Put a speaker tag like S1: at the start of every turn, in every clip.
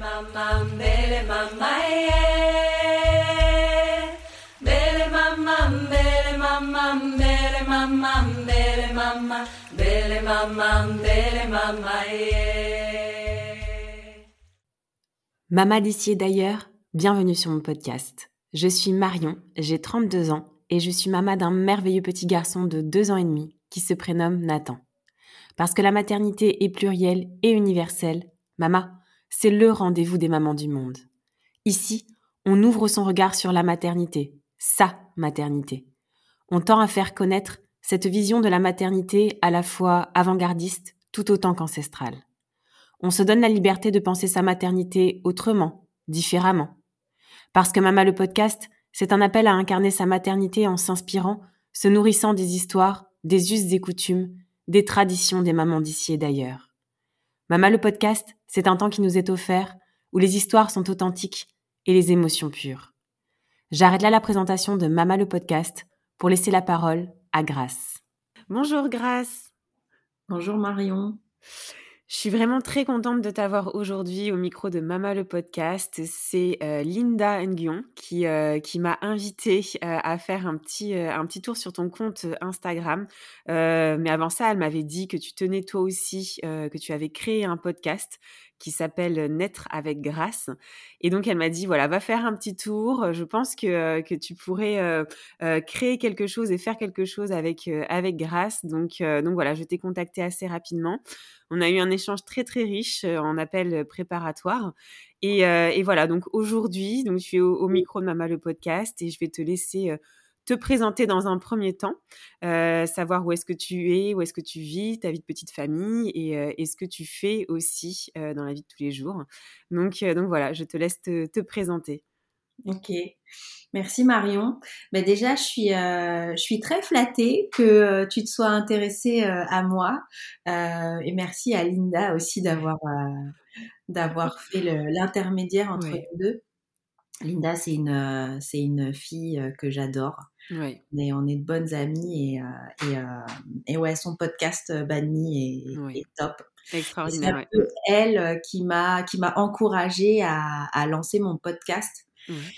S1: mama, bele mama, yeah. Bele mama, bele mama, bele mama, bele mama, bele mama, bele mama, yeah.
S2: Maman d'ici et d'ailleurs, bienvenue sur mon podcast. Je suis Marion, j'ai 32 ans et je suis maman d'un merveilleux petit garçon de 2 ans et demi qui se prénomme Nathan. Parce que la maternité est plurielle et universelle, Mama, c'est le rendez-vous des mamans du monde. Ici, on ouvre son regard sur la maternité, sa maternité. On tend à faire connaître cette vision de la maternité à la fois avant-gardiste tout autant qu'ancestrale. On se donne la liberté de penser sa maternité autrement, différemment. Parce que Mama le podcast, c'est un appel à incarner sa maternité en s'inspirant, se nourrissant des histoires, des us et coutumes, des traditions des mamans d'ici et d'ailleurs. Mama le podcast, c'est un temps qui nous est offert, où les histoires sont authentiques et les émotions pures. J'arrête là la présentation de Mama le podcast pour laisser la parole à Grace. Bonjour Grace.
S3: Bonjour Marion.
S2: Je suis vraiment très contente de t'avoir aujourd'hui au micro de Mama le podcast. C'est Linda Nguyen qui m'a invitée à faire un petit tour sur ton compte Instagram. Mais avant ça, elle m'avait dit que tu tenais toi aussi, que tu avais créé un podcast qui s'appelle Naître avec Grace. Et donc, elle m'a dit, voilà, va faire un petit tour. Je pense que tu pourrais créer quelque chose et faire quelque chose avec Grace. Donc voilà, je t'ai contactée assez rapidement. On a eu un échange très, très riche en appel préparatoire. Et voilà, donc aujourd'hui, donc, je suis au micro de Mama le podcast et je vais te laisser te présenter dans un premier temps, savoir où est-ce que tu es, où est-ce que tu vis, ta vie de petite famille et ce que tu fais aussi dans la vie de tous les jours. Donc voilà, je te laisse te présenter.
S3: Ok, merci Marion. Déjà, je suis très flattée que tu te sois intéressée à moi et merci à Linda aussi d'avoir fait l'intermédiaire entre nous deux. Linda, c'est une fille que j'adore.
S2: Ouais.
S3: On est de bonnes amies et ouais, son podcast Bad Me est top.
S2: Extraordinaire.
S3: C'est un peu elle qui m'a encouragée à lancer mon podcast.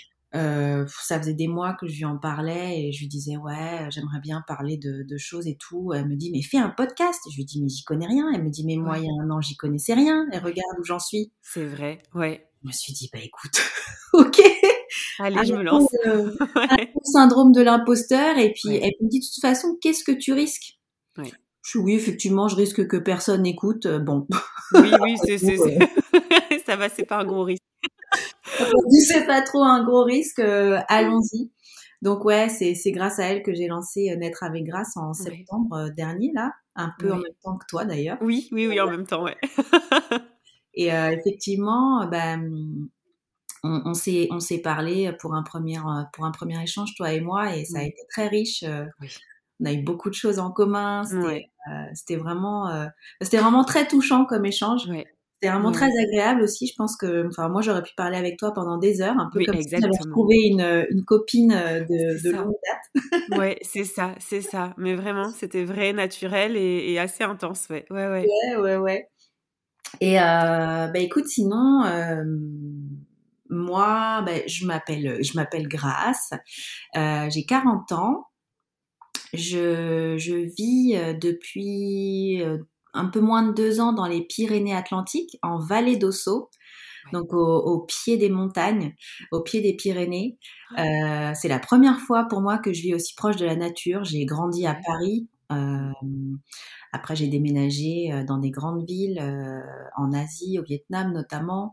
S3: Ça faisait des mois que je lui en parlais et je lui disais ouais, j'aimerais bien parler de choses et tout. Elle me dit mais fais un podcast. Je lui dis mais j'y connais rien. Elle me dit mais moi il y a un an j'y connaissais rien et regarde où j'en suis.
S2: C'est vrai, ouais.
S3: Je me suis dit bah écoute, ok.
S2: Allez, je me lance.
S3: Un syndrome de l'imposteur et puis elle me dit de toute façon qu'est-ce que tu risques.
S2: Ouais.
S3: Je dis oui effectivement je risque que personne n'écoute. Bon.
S2: Oui, c'est ça va, c'est pas un gros risque.
S3: C'est pas trop un gros risque, allons-y. Donc ouais, c'est grâce à elle que j'ai lancé Naître avec Grace en septembre dernier là, un peu en même temps que toi d'ailleurs.
S2: Oui, en même temps, ouais.
S3: Et effectivement, on s'est parlé pour un premier échange toi et moi et ça a été très riche. On a eu beaucoup de choses en commun. C'était vraiment très touchant comme échange. C'était vraiment très agréable aussi. Je pense que, moi, j'aurais pu parler avec toi pendant des heures, un peu comme si j'avais retrouvé une copine de longue date.
S2: Ouais, c'est ça. Mais vraiment, c'était vrai, naturel et assez intense, ouais.
S3: Ouais. Et écoute, sinon, moi, je m'appelle Grace. J'ai 40 ans. Je vis depuis un peu moins de 2 ans dans les Pyrénées-Atlantiques, en Vallée d'Ossau, donc au pied des montagnes, au pied des Pyrénées. C'est la première fois pour moi que je vis aussi proche de la nature. J'ai grandi à Paris. Après, j'ai déménagé dans des grandes villes, en Asie, au Vietnam notamment.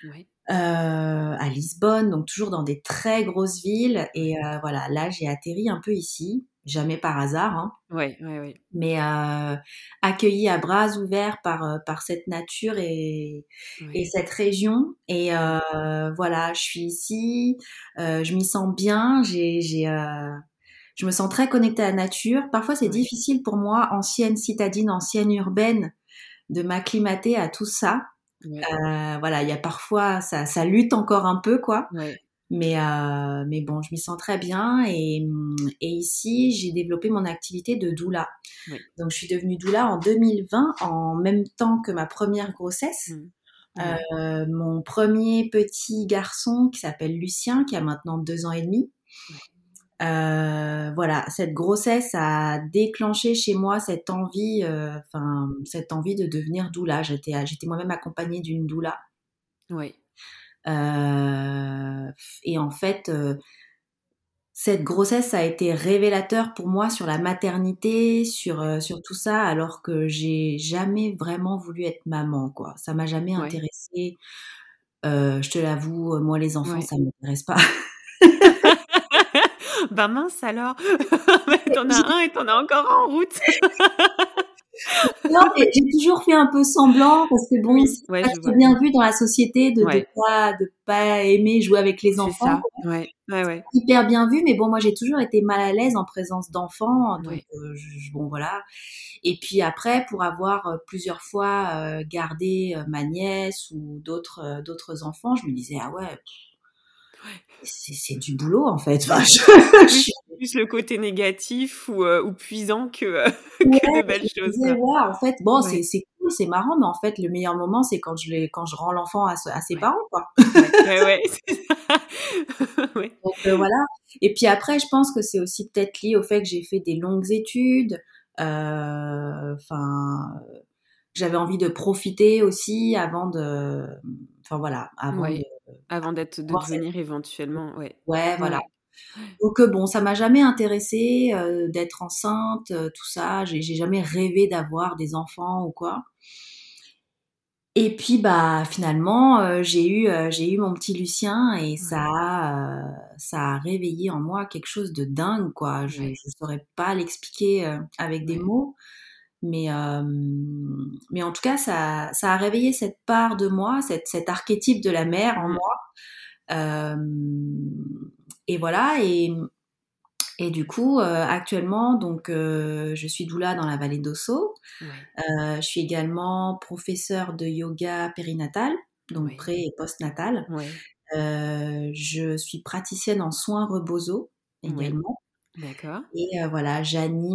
S3: À Lisbonne, donc toujours dans des très grosses villes. Et voilà, là, j'ai atterri un peu ici, jamais par hasard. Hein.
S2: Ouais.
S3: Mais accueillie à bras ouverts par cette nature et cette région. Et voilà, je suis ici, je m'y sens bien. Je me sens très connectée à la nature. Parfois, c'est difficile pour moi, ancienne citadine, ancienne urbaine, de m'acclimater à tout ça. Voilà, il y a parfois ça lutte encore un peu quoi. Mais bon, je m'y sens très bien et ici j'ai développé mon activité de doula. Donc je suis devenue doula en 2020 en même temps que ma première grossesse. Mon premier petit garçon qui s'appelle Lucien, qui a maintenant 2 ans et demi. Voilà, cette grossesse a déclenché chez moi cette envie, cette envie de devenir doula. J'étais moi-même accompagnée d'une doula.
S2: Oui.
S3: Et en fait, cette grossesse a été révélateur pour moi sur la maternité, sur tout ça, alors que j'ai jamais vraiment voulu être maman, quoi. Ça m'a jamais intéressée. Je te l'avoue, moi les enfants, ça m'intéresse pas.
S2: Ben mince alors. T'en as un et t'en as encore un en route.
S3: Non, mais j'ai toujours fait un peu semblant parce que bon, c'est pas très bien vu dans la société de pas aimer jouer avec les enfants.
S2: C'est ça. Ouais.
S3: Hyper bien vu, mais bon, moi j'ai toujours été mal à l'aise en présence d'enfants, donc bon voilà. Et puis après, pour avoir plusieurs fois gardé ma nièce ou d'autres enfants, je me disais ah ouais. C'est du boulot en fait. Enfin,
S2: plus le côté négatif ou puisant que de belles choses.
S3: En fait, bon, c'est cool, c'est marrant, mais en fait, le meilleur moment, c'est quand je rends l'enfant à ses parents, quoi.
S2: Ouais.
S3: Donc voilà. Et puis après, je pense que c'est aussi peut-être lié au fait que j'ai fait des longues études. J'avais envie de profiter aussi avant de. Enfin voilà, avant
S2: de devenir éventuellement,
S3: Ouais, voilà. Donc bon, ça m'a jamais intéressée d'être enceinte, tout ça. J'ai jamais rêvé d'avoir des enfants ou quoi. Et puis bah finalement, j'ai eu mon petit Lucien et ça a réveillé en moi quelque chose de dingue, quoi. Je saurais pas l'expliquer avec des mots, mais en tout cas ça a réveillé cette part de moi, cet archétype de la mère en moi. Et voilà, et du coup, actuellement, donc, je suis doula dans la vallée d'Osso. Je suis également professeure de yoga périnatal, donc pré- et post-natal. Je suis praticienne en soins rebozo également.
S2: D'accord.
S3: Et voilà,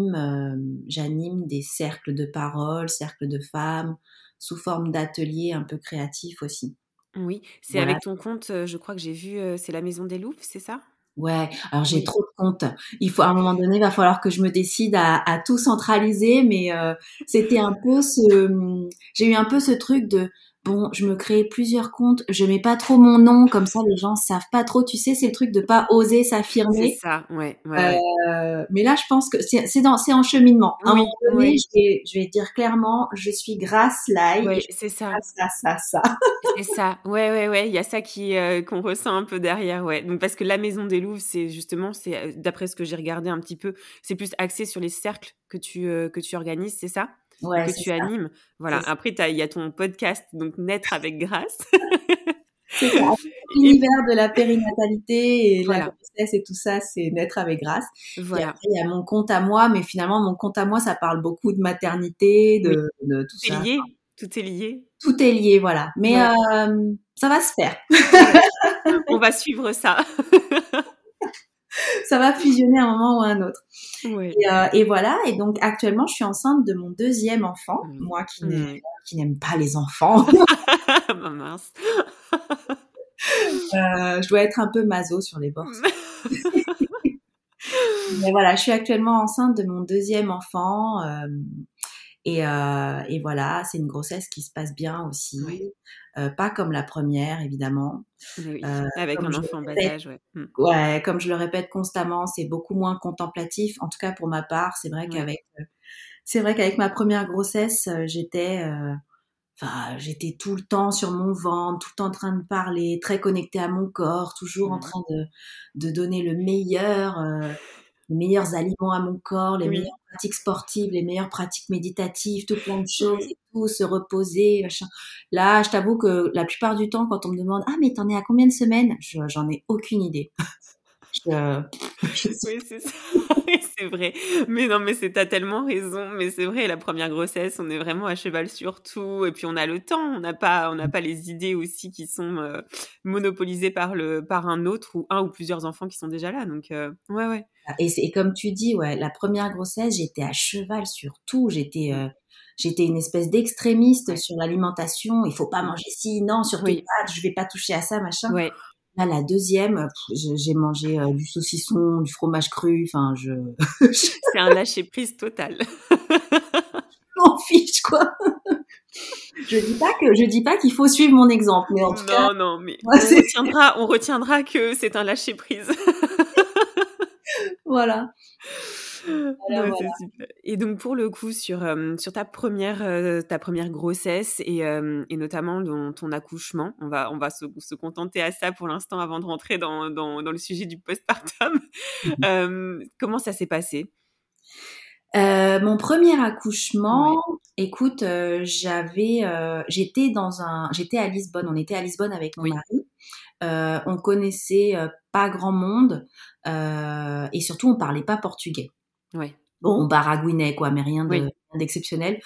S3: j'anime des cercles de parole, cercles de femmes, sous forme d'ateliers un peu créatifs aussi.
S2: Oui, c'est avec ton compte, je crois que j'ai vu, c'est la Maison des Louves, c'est ça?
S3: Ouais, alors j'ai trop de comptes. À un moment donné, il va falloir que je me décide à tout centraliser, mais c'était un peu j'ai eu un peu ce truc de bon, je me crée plusieurs comptes, je mets pas trop mon nom, comme ça les gens savent pas trop. Tu sais, c'est le truc de pas oser s'affirmer.
S2: C'est ça, ouais.
S3: Mais là, je pense que c'est en cheminement. À un moment donné, je vais dire clairement, je suis Grace Lai.
S2: Ouais, c'est ça.
S3: Ça.
S2: C'est ça. Ouais. Il y a ça qu'on ressent un peu derrière, ouais. Donc parce que la Maison des Louves, c'est justement, d'après ce que j'ai regardé un petit peu, c'est plus axé sur les cercles que tu organises, c'est ça?
S3: Ouais,
S2: que tu animes. Voilà. Après, il y a ton podcast, donc Naître avec Grace.
S3: C'est ça. L'univers de la périnatalité et la grossesse et tout ça, c'est Naître avec Grace.
S2: Voilà.
S3: Et après, il y a mon compte à moi, mais finalement, mon compte à moi, ça parle beaucoup de maternité, de tout ça.
S2: Tout est lié.
S3: Tout est lié, voilà. Mais ça va se faire.
S2: On va suivre ça.
S3: Ça va fusionner à un moment ou à un autre.
S2: Ouais.
S3: Et voilà. Et donc, actuellement, je suis enceinte de mon deuxième enfant. Moi qui n'aime pas les enfants.
S2: Bah mince.
S3: Je dois être un peu maso sur les bords. Mais voilà, je suis actuellement enceinte de mon deuxième enfant. Et voilà, c'est une grossesse qui se passe bien aussi. Pas comme la première, évidemment.
S2: Oui, avec un enfant en bas âge,
S3: Ouais, comme je le répète constamment, c'est beaucoup moins contemplatif. En tout cas, pour ma part, c'est vrai qu'avec ma première grossesse, j'étais tout le temps sur mon ventre, tout le temps en train de parler, très connectée à mon corps, toujours en train de donner les meilleurs aliments à mon corps, les meilleures pratiques sportives, les meilleures pratiques méditatives, tout plein de choses et tout, se reposer, machin. Là, je t'avoue que la plupart du temps, quand on me demande « Ah, mais t'en es à combien de semaines ?» J'en ai aucune idée.
S2: Oui, c'est ça. Oui, c'est vrai. Mais non, mais t'as tellement raison. Mais c'est vrai, la première grossesse, on est vraiment à cheval sur tout. Et puis, on a le temps. On n'a pas les idées aussi qui sont monopolisées par un autre ou un ou plusieurs enfants qui sont déjà là. Donc, ouais, ouais.
S3: Et comme tu dis, ouais, la première grossesse, j'étais à cheval sur tout. J'étais une espèce d'extrémiste
S2: Ouais.
S3: sur l'alimentation. Il faut pas manger ci, non, surtout
S2: Oui.
S3: pas. Je vais pas toucher à ça, machin.
S2: Ouais.
S3: Là, la deuxième, j'ai mangé du saucisson, du fromage cru. Enfin, je
S2: C'est un lâcher prise total.
S3: m'en fiche, quoi. Je dis pas qu'il faut suivre mon exemple, mais en tout cas,
S2: Non, non, mais
S3: moi, c'est
S2: on retiendra que c'est un lâcher prise.
S3: voilà.
S2: Ouais,
S3: Voilà.
S2: c'est super. Et donc pour le coup sur ta première grossesse et notamment dans ton accouchement, on va se contenter à ça pour l'instant avant de rentrer dans le sujet du postpartum. Comment ça s'est passé?
S3: Mon premier accouchement,
S2: Ouais.
S3: écoute, j'étais à Lisbonne. On était à Lisbonne avec mon
S2: Oui.
S3: mari. On connaissait pas grand monde et surtout on parlait pas portugais.
S2: Ouais.
S3: Bon, on baragouinait quoi, mais rien
S2: Oui.
S3: d'exceptionnel.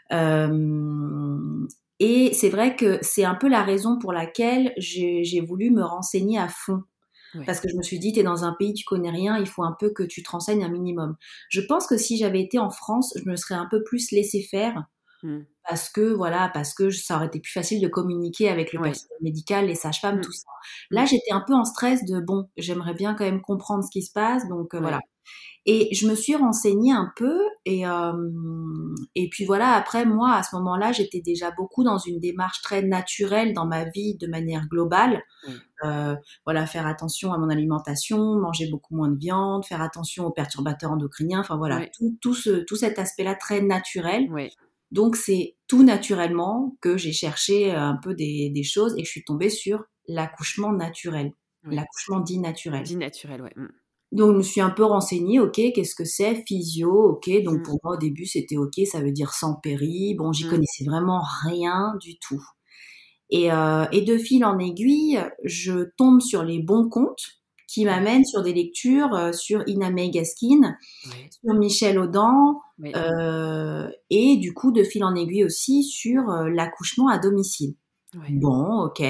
S3: Et c'est vrai que c'est un peu la raison pour laquelle j'ai voulu me renseigner à fond.
S2: Ouais.
S3: Parce que je me suis dit, t'es dans un pays, tu connais rien, il faut un peu que tu te renseignes un minimum. Je pense que si j'avais été en France, je me serais un peu plus laissé faire
S2: Mmh.
S3: parce que ça aurait été plus facile de communiquer avec le
S2: Ouais.
S3: personnel médical, les sages-femmes,
S2: Mmh.
S3: tout ça.
S2: Mmh.
S3: Là, j'étais un peu en stress de, bon, j'aimerais bien quand même comprendre ce qui se passe, donc voilà.
S2: Ouais.
S3: Et je me suis renseignée un peu et puis voilà, après moi, à ce moment-là, j'étais déjà beaucoup dans une démarche très naturelle dans ma vie de manière globale.
S2: Oui.
S3: Voilà, faire attention à mon alimentation, manger beaucoup moins de viande, faire attention aux perturbateurs endocriniens, enfin voilà,
S2: Ouais.
S3: tout cet aspect-là très naturel.
S2: Ouais.
S3: Donc c'est tout naturellement que j'ai cherché un peu des choses et que je suis tombée sur l'accouchement naturel,
S2: Ouais.
S3: l'accouchement dit naturel.
S2: Dit naturel, ouais. Mmh.
S3: Donc je me suis un peu renseignée, ok, qu'est-ce que c'est, physio, ok, donc
S2: Mmh.
S3: pour moi au début c'était ok, ça veut dire sans péri, bon j'y
S2: Mmh.
S3: connaissais vraiment rien du tout. Et de fil en aiguille, je tombe sur les bons comptes qui
S2: Ouais.
S3: m'amènent sur des lectures sur Ina May Gaskin,
S2: Ouais.
S3: sur Michel Audin,
S2: Ouais.
S3: et du coup de fil en aiguille aussi sur l'accouchement à domicile.
S2: Ouais.
S3: Bon, ok.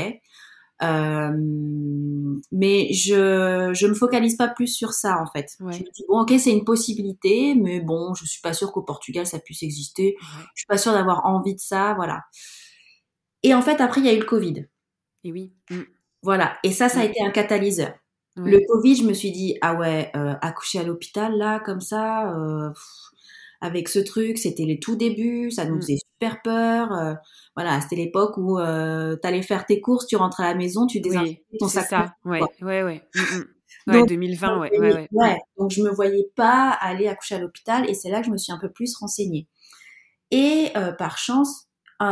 S3: Mais je me focalise pas plus sur ça en fait. Je
S2: Ouais.
S3: me dis bon ok c'est une possibilité, mais bon je suis pas sûre qu'au Portugal ça puisse exister.
S2: Ouais.
S3: Je suis pas sûre d'avoir envie de ça, voilà. Et en fait après il y a eu le Covid.
S2: Et oui. Mmh.
S3: Voilà, et ça a
S2: Mmh.
S3: été un catalyseur. Le
S2: Ouais.
S3: Covid, je me suis dit: «Ah ouais, accoucher à l'hôpital là, comme ça, avec ce truc», c'était les tout débuts, ça nous
S2: Mmh.
S3: faisait super peur, voilà, c'était l'époque où, tu allais faire tes courses, tu rentrais à la maison, tu
S2: Oui,
S3: désinfectais ton
S2: c'est
S3: sac plastique,
S2: ça.
S3: quoi.
S2: Ouais, ouais, ouais. Mmh mh. Ouais,
S3: Donc
S2: 2020, ouais, ouais, ouais. Mmh.
S3: donc je me voyais pas aller accoucher à l'hôpital et c'est là que je me suis un peu plus renseignée. Et par chance,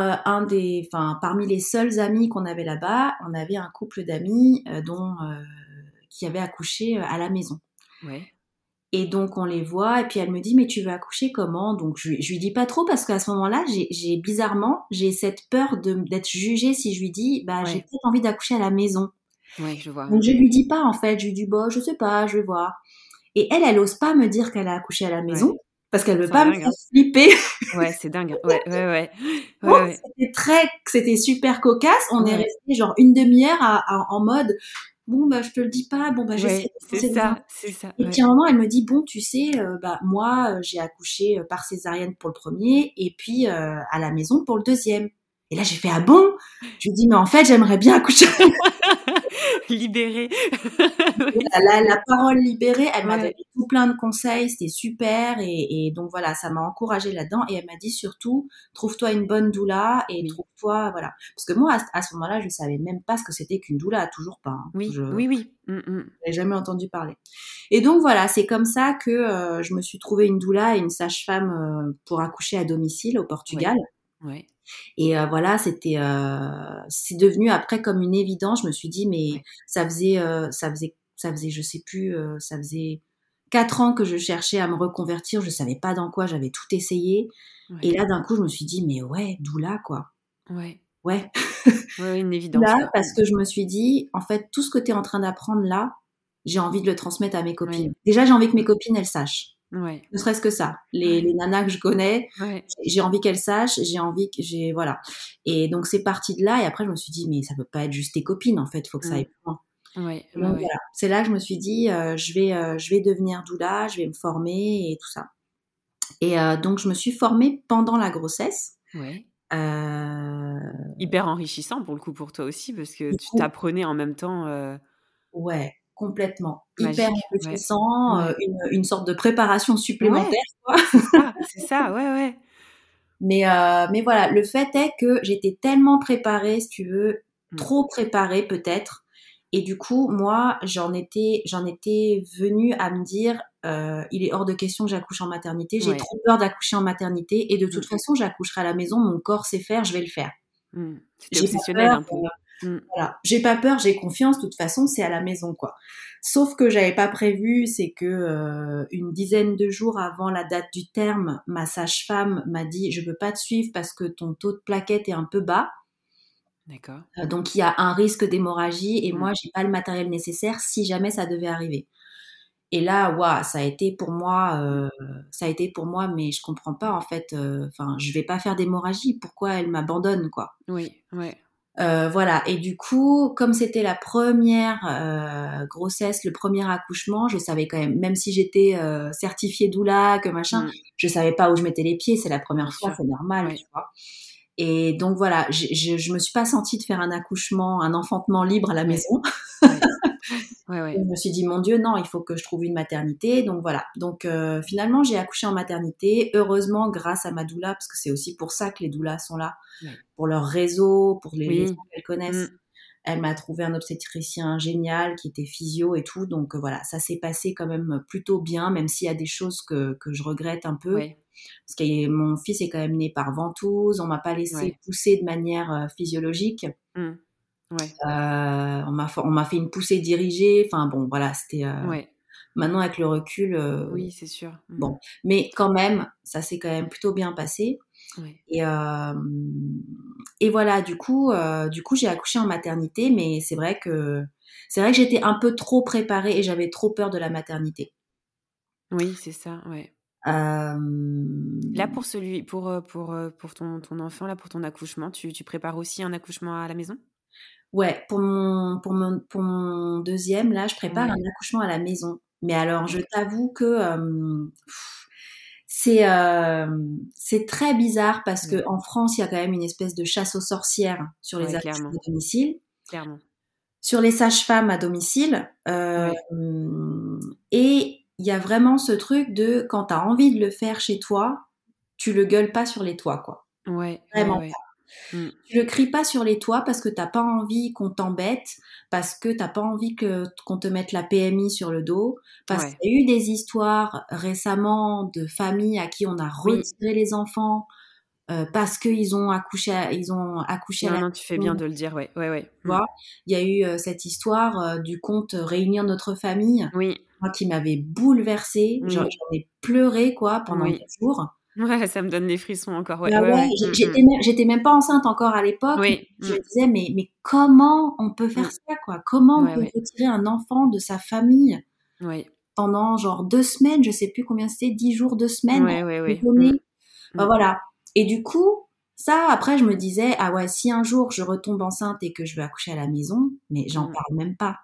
S3: parmi les seuls amis qu'on avait là-bas, on avait un couple d'amis qui avait accouché à la maison.
S2: Ouais.
S3: Et donc on les voit et puis elle me dit mais tu veux accoucher comment? Donc je lui dis pas trop parce qu'à ce moment-là bizarrement j'ai cette peur d'être jugée si je lui dis bah j'ai
S2: Ouais.
S3: peut-être envie d'accoucher à la maison.
S2: Ouais, je vois.
S3: Donc je lui dis pas en fait, je lui dis bah je sais pas, je vais voir. Et elle ose pas me dire qu'elle a accouché à la
S2: Ouais.
S3: maison parce qu'elle veut
S2: C'est
S3: pas me
S2: dingue,
S3: faire
S2: hein.
S3: flipper.
S2: Ouais, c'est dingue, hein. Ouais, ouais, ouais.
S3: Bon,
S2: Ouais, ouais.
S3: c'était super cocasse. On est
S2: Ouais.
S3: resté genre une demi-heure en mode bon bah je te le dis pas, bon bah j'essaie
S2: Ouais,
S3: de penser des
S2: c'est ça,
S3: et puis
S2: ouais.
S3: à un moment, elle me dit bon, tu sais, bah moi, j'ai accouché par césarienne pour le premier et puis à la maison pour le deuxième. Et là, j'ai fait ah bon? Je lui dis mais en fait, j'aimerais bien accoucher.
S2: Libérée. Oui,
S3: La parole libérée, elle m'a donné
S2: ouais.
S3: tout plein de conseils, c'était super et donc voilà, ça m'a encouragée là-dedans et elle m'a dit surtout trouve-toi une bonne doula et
S2: Oui.
S3: trouve-toi voilà parce que moi à ce moment-là, je savais même pas ce que c'était qu'une doula, toujours pas. Hein.
S2: Oui,
S3: Je
S2: oui, oui. Mmh mh.
S3: n'avais jamais entendu parler. Et donc voilà, c'est comme ça que je me suis trouvé une doula et une sage-femme pour accoucher à domicile au Portugal.
S2: Ouais. Ouais.
S3: Et voilà, c'est devenu après comme une évidence. Je me suis dit mais
S2: Ouais.
S3: ça faisait je sais plus, ça faisait 4 ans que je cherchais à me reconvertir, je savais pas dans quoi, j'avais tout essayé. Et
S2: Ouais.
S3: là d'un coup, je me suis dit mais ouais, doula quoi.
S2: Ouais.
S3: Ouais,
S2: Ouais, une évidence,
S3: doula
S2: quoi.
S3: parce que je me suis dit en fait tout ce que tu es en train d'apprendre là, j'ai envie de le transmettre à mes copines.
S2: Oui.
S3: Déjà, j'ai envie que mes copines, elles sachent.
S2: Ouais.
S3: Ne serait-ce que ça. Les nanas que je connais, j'ai envie qu'elles sachent, voilà. Et donc, c'est parti de là. Et après, je me suis dit, mais ça peut pas être juste tes copines, en fait. Il faut que ça aille plus loin.
S2: Ouais,
S3: donc, voilà. C'est là que je me suis dit, je vais devenir doula, je vais me former et tout ça. Et donc, je me suis formée pendant la grossesse.
S2: Ouais. Hyper enrichissant pour le coup pour toi aussi, parce que tu t'apprenais en même temps.
S3: Ouais. Complètement.
S2: Magique,
S3: hyper enrichissant, une sorte de préparation supplémentaire. Quoi.
S2: C'est ça, ouais.
S3: Mais voilà, le fait est que j'étais tellement préparée, si tu veux, trop préparée peut-être. Et du coup, moi, j'en étais venue à me dire, il est hors de question que j'accouche en maternité. J'ai trop peur d'accoucher en maternité. Et de toute façon, j'accoucherai à la maison. Mon corps sait faire, je vais le faire.
S2: C'était obsessionnel un peu.
S3: Voilà, j'ai pas peur, j'ai confiance. De toute façon, c'est à la maison, quoi. Sauf que j'avais pas prévu, c'est que une dizaine de jours avant la date du terme, ma sage-femme m'a dit je peux pas te suivre parce que ton taux de plaquettes est un peu bas.
S2: D'accord.
S3: Donc il y a un risque d'hémorragie et moi j'ai pas le matériel nécessaire si jamais ça devait arriver. Et là, waouh, ça a été pour moi, mais je comprends pas en fait. Enfin, je vais pas faire d'hémorragie. Pourquoi elle m'abandonne, quoi?
S2: Oui, ouais.
S3: Voilà. Et du coup, comme c'était la première grossesse, le premier accouchement, je savais quand même si j'étais certifiée doula, que machin, je savais pas où je mettais les pieds. C'est la première fois, c'est normal, tu vois. Et donc voilà, je me suis pas sentie de faire un enfantement libre à la maison.
S2: Ouais.
S3: Je me suis dit, mon Dieu, non, il faut que je trouve une maternité. Donc voilà. Donc finalement, j'ai accouché en maternité. Heureusement, grâce à ma doula, parce que c'est aussi pour ça que les doulas sont là, pour leur réseau, pour les gens qu'elles connaissent. Elle m'a trouvé un obstétricien génial qui était physio et tout. Donc voilà, ça s'est passé quand même plutôt bien, même s'il y a des choses que je regrette un peu. Parce que mon fils est quand même né par ventouse. On m'a pas laissé pousser de manière physiologique. On m'a fait une poussée dirigée. Enfin bon, voilà, c'était. Maintenant avec le recul.
S2: Oui, c'est sûr.
S3: Bon, mais quand même, ça s'est quand même plutôt bien passé. Et voilà, du coup, j'ai accouché en maternité, mais c'est vrai que j'étais un peu trop préparée et j'avais trop peur de la maternité.
S2: Oui, c'est ça, ouais. Là, pour ton enfant, là, pour ton accouchement, tu prépares aussi un accouchement à la maison?
S3: Ouais, pour mon deuxième, là, je prépare un accouchement à la maison. Mais alors, je t'avoue que c'est très bizarre parce que en France, il y a quand même une espèce de chasse aux sorcières sur les accouchements à domicile.
S2: Clairement.
S3: Sur les sages-femmes à domicile. Et il y a vraiment ce truc de quand t'as envie de le faire chez toi, tu le gueules pas sur les toits, quoi. Vraiment pas. Tu le cries pas sur les toits parce que t'as pas envie qu'on t'embête, parce que t'as pas envie qu'on te mette la PMI sur le dos, parce qu'il y a eu des histoires récemment de familles à qui on a retiré les enfants parce qu'ils ont accouché à la
S2: non, tu fais bien de le dire, ouais.
S3: Tu vois, il y a eu cette histoire du conte Réunir notre famille, moi qui m'avait bouleversée, j'en ai pleuré quoi pendant 2 jours.
S2: Ouais, ça me donne des frissons encore.
S3: J'étais même pas enceinte encore à l'époque. Je me disais mais comment on peut faire ça, quoi? Comment on peut retirer un enfant de sa famille pendant genre 2 semaines, je sais plus combien c'était, 10 jours, 2 semaines. Voilà. Et du coup, ça, après, je me disais, ah ouais, si un jour je retombe enceinte et que je veux accoucher à la maison, mais j'en parle même pas.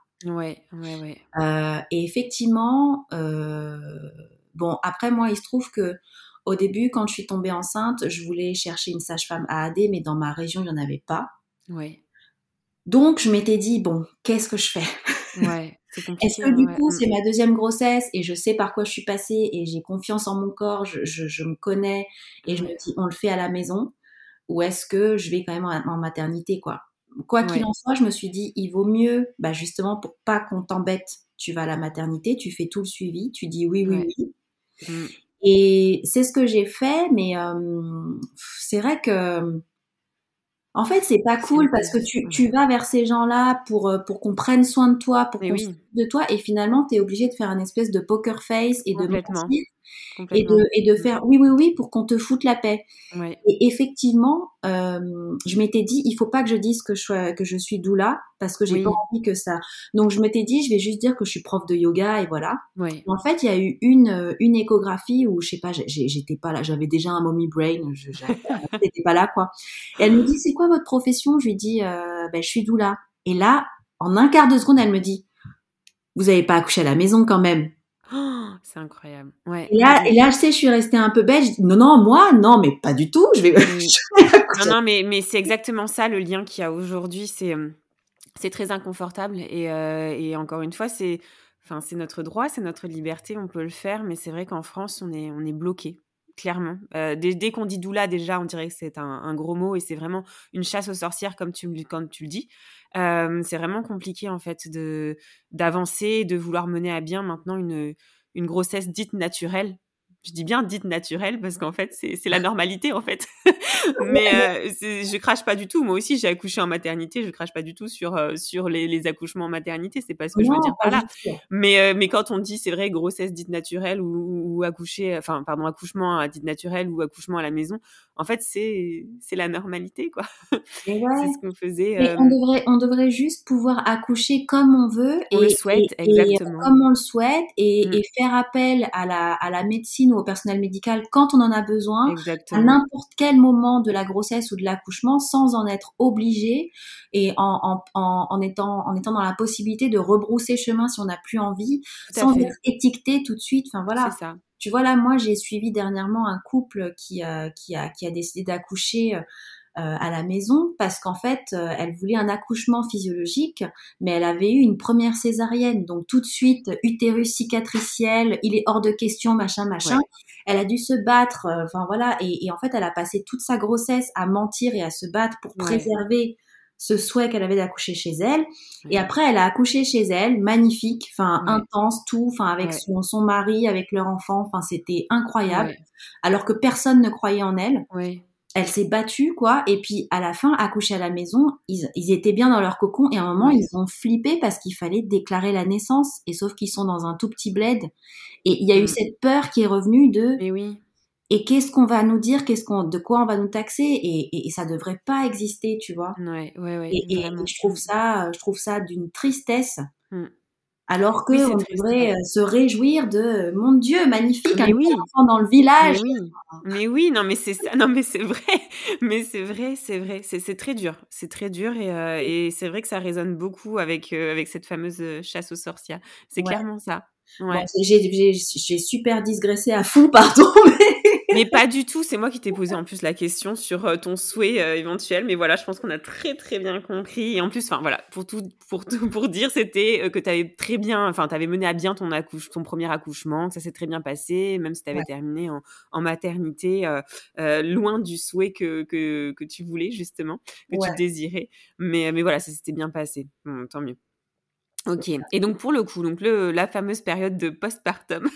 S3: Et effectivement, bon, après moi, il se trouve que au début, quand je suis tombée enceinte, je voulais chercher une sage-femme AAD, mais dans ma région, il n'y en avait pas. Donc, je m'étais dit, bon, qu'est-ce que je fais?
S2: C'est compliqué.
S3: Est-ce que du coup, c'est ma deuxième grossesse et je sais par quoi je suis passée et j'ai confiance en mon corps, je me connais et je me dis, on le fait à la maison? Ou est-ce que je vais quand même en maternité, quoi? Quoi qu'il en soit, je me suis dit, il vaut mieux, justement, pour pas qu'on t'embête, tu vas à la maternité, tu fais tout le suivi, tu dis oui. Et c'est ce que j'ai fait, mais c'est vrai que en fait, c'est pas cool parce que tu vas vers ces gens-là pour qu'on prenne soin de toi, pour qu'on s'occupe de toi, et finalement, t'es obligé de faire une espèce de poker face et de mentir
S2: Complètement.
S3: Et de faire oui, oui, oui pour qu'on te foute la paix.
S2: Ouais.
S3: Et effectivement, je m'étais dit, il faut pas que je dise que je suis doula parce que j'ai pas
S2: Oui.
S3: envie que ça. Donc je m'étais dit, je vais juste dire que je suis prof de yoga et voilà.
S2: Ouais.
S3: Et en fait, il y a eu une échographie où je sais pas, j'étais pas là, j'avais déjà un mommy brain, j'étais pas là quoi. Et elle me dit, c'est quoi votre profession? Je lui dis, ben je suis doula. Et là, en un quart de seconde, elle me dit, vous avez pas accouché à la maison quand même.
S2: Oh, c'est incroyable. Ouais.
S3: Et là, je sais, je suis restée un peu bête. Je dis, non, non, moi, non, mais pas du tout. Je vais,
S2: Oui.
S3: je vais accoucher.
S2: Non, mais c'est exactement ça le lien qu'il y a aujourd'hui. C'est très inconfortable et encore une fois, c'est notre droit, c'est notre liberté, on peut le faire, mais c'est vrai qu'en France, on est bloqué, clairement. Dès qu'on dit doula, déjà, on dirait que c'est un gros mot et c'est vraiment une chasse aux sorcières, comme tu le dis. C'est vraiment compliqué, en fait, d'avancer, de vouloir mener à bien maintenant une grossesse dite naturelle. Je dis bien dite naturelle parce qu'en fait, c'est la normalité, en fait. Mais je crache pas du tout. Moi aussi, j'ai accouché en maternité. Je crache pas du tout sur les accouchements en maternité. C'est pas ce que je veux
S3: Non,
S2: dire
S3: pas
S2: par
S3: du
S2: là.
S3: tout.
S2: Mais quand on dit, c'est vrai, grossesse dite naturelle ou accoucher, enfin, pardon, accouchement à dite naturelle ou accouchement à la maison, en fait, c'est la normalité, quoi.
S3: Mais
S2: C'est
S3: ouais.
S2: ce qu'on faisait.
S3: Mais on devrait juste pouvoir accoucher comme on veut
S2: On le souhaite,
S3: et
S2: exactement.
S3: comme on le souhaite
S2: Mm,
S3: et faire appel à la médecine ou au personnel médical quand on en a besoin, à
S2: exactement.
S3: n'importe quel moment de la grossesse ou de l'accouchement, sans en être obligé et en étant dans la possibilité de rebrousser chemin si on n'a plus envie,
S2: Tout à
S3: sans être
S2: fait.
S3: étiqueté tout de suite. Enfin
S2: C'est
S3: voilà.
S2: ça.
S3: Tu vois là, moi j'ai suivi dernièrement un couple qui a décidé d'accoucher à la maison parce qu'en fait, elle voulait un accouchement physiologique, mais elle avait eu une première césarienne, donc tout de suite utérus cicatriciel, il est hors de question, machin, machin.
S2: Ouais.
S3: Elle a dû se battre, enfin voilà, et en fait, elle a passé toute sa grossesse à mentir et à se battre pour
S2: Ouais.
S3: préserver ce souhait qu'elle avait d'accoucher chez elle. Et
S2: Ouais.
S3: après, elle a accouché chez elle, magnifique, enfin
S2: Ouais.
S3: intense, tout, enfin avec
S2: Ouais.
S3: son mari, avec leur enfant, enfin c'était incroyable,
S2: Ouais.
S3: alors que personne ne croyait en elle.
S2: Ouais.
S3: Elle s'est battue, quoi. Et puis, à la fin, accoucher à la maison, ils étaient bien dans leur cocon. Et à un moment,
S2: Ouais.
S3: ils ont flippé parce qu'il fallait déclarer la naissance. Et sauf qu'ils sont dans un tout petit bled. Et il y a eu
S2: Mm.
S3: cette peur qui est revenue de,
S2: Mais oui.
S3: et qu'est-ce qu'on va nous dire? De quoi on va nous taxer? Et ça devrait pas exister, tu vois.
S2: Ouais. Ouais. Ouais. Vraiment.
S3: Je trouve ça d'une tristesse.
S2: Mm.
S3: Alors que
S2: Oui, c'est
S3: on
S2: triste,
S3: devrait
S2: ouais.
S3: se réjouir de, mon Dieu, magnifique, un
S2: Mais
S3: nouvel
S2: oui,
S3: enfant dans le village.
S2: mais oui, mais oui, non, mais c'est ça, non, mais c'est vrai, mais c'est vrai, c'est très dur et c'est vrai que ça résonne beaucoup avec cette fameuse chasse aux sorcières. C'est
S3: Ouais.
S2: clairement ça.
S3: Bon,
S2: Ouais.
S3: j'ai super digressé à fond, pardon, mais
S2: Mais pas du tout, c'est moi qui t'ai posé en plus la question sur ton souhait éventuel, mais voilà, je pense qu'on a très très bien compris. Et en plus, enfin voilà, pour dire, c'était que tu avais très bien, enfin, tu avais mené à bien ton premier accouchement, que ça s'est très bien passé, même si tu avais
S3: ouais,
S2: terminé en maternité, loin du souhait que tu voulais justement, que tu
S3: ouais.
S2: désirais. Mais voilà, ça s'était bien passé. Bon, tant mieux. Ok. Et donc pour le coup, la fameuse période de postpartum,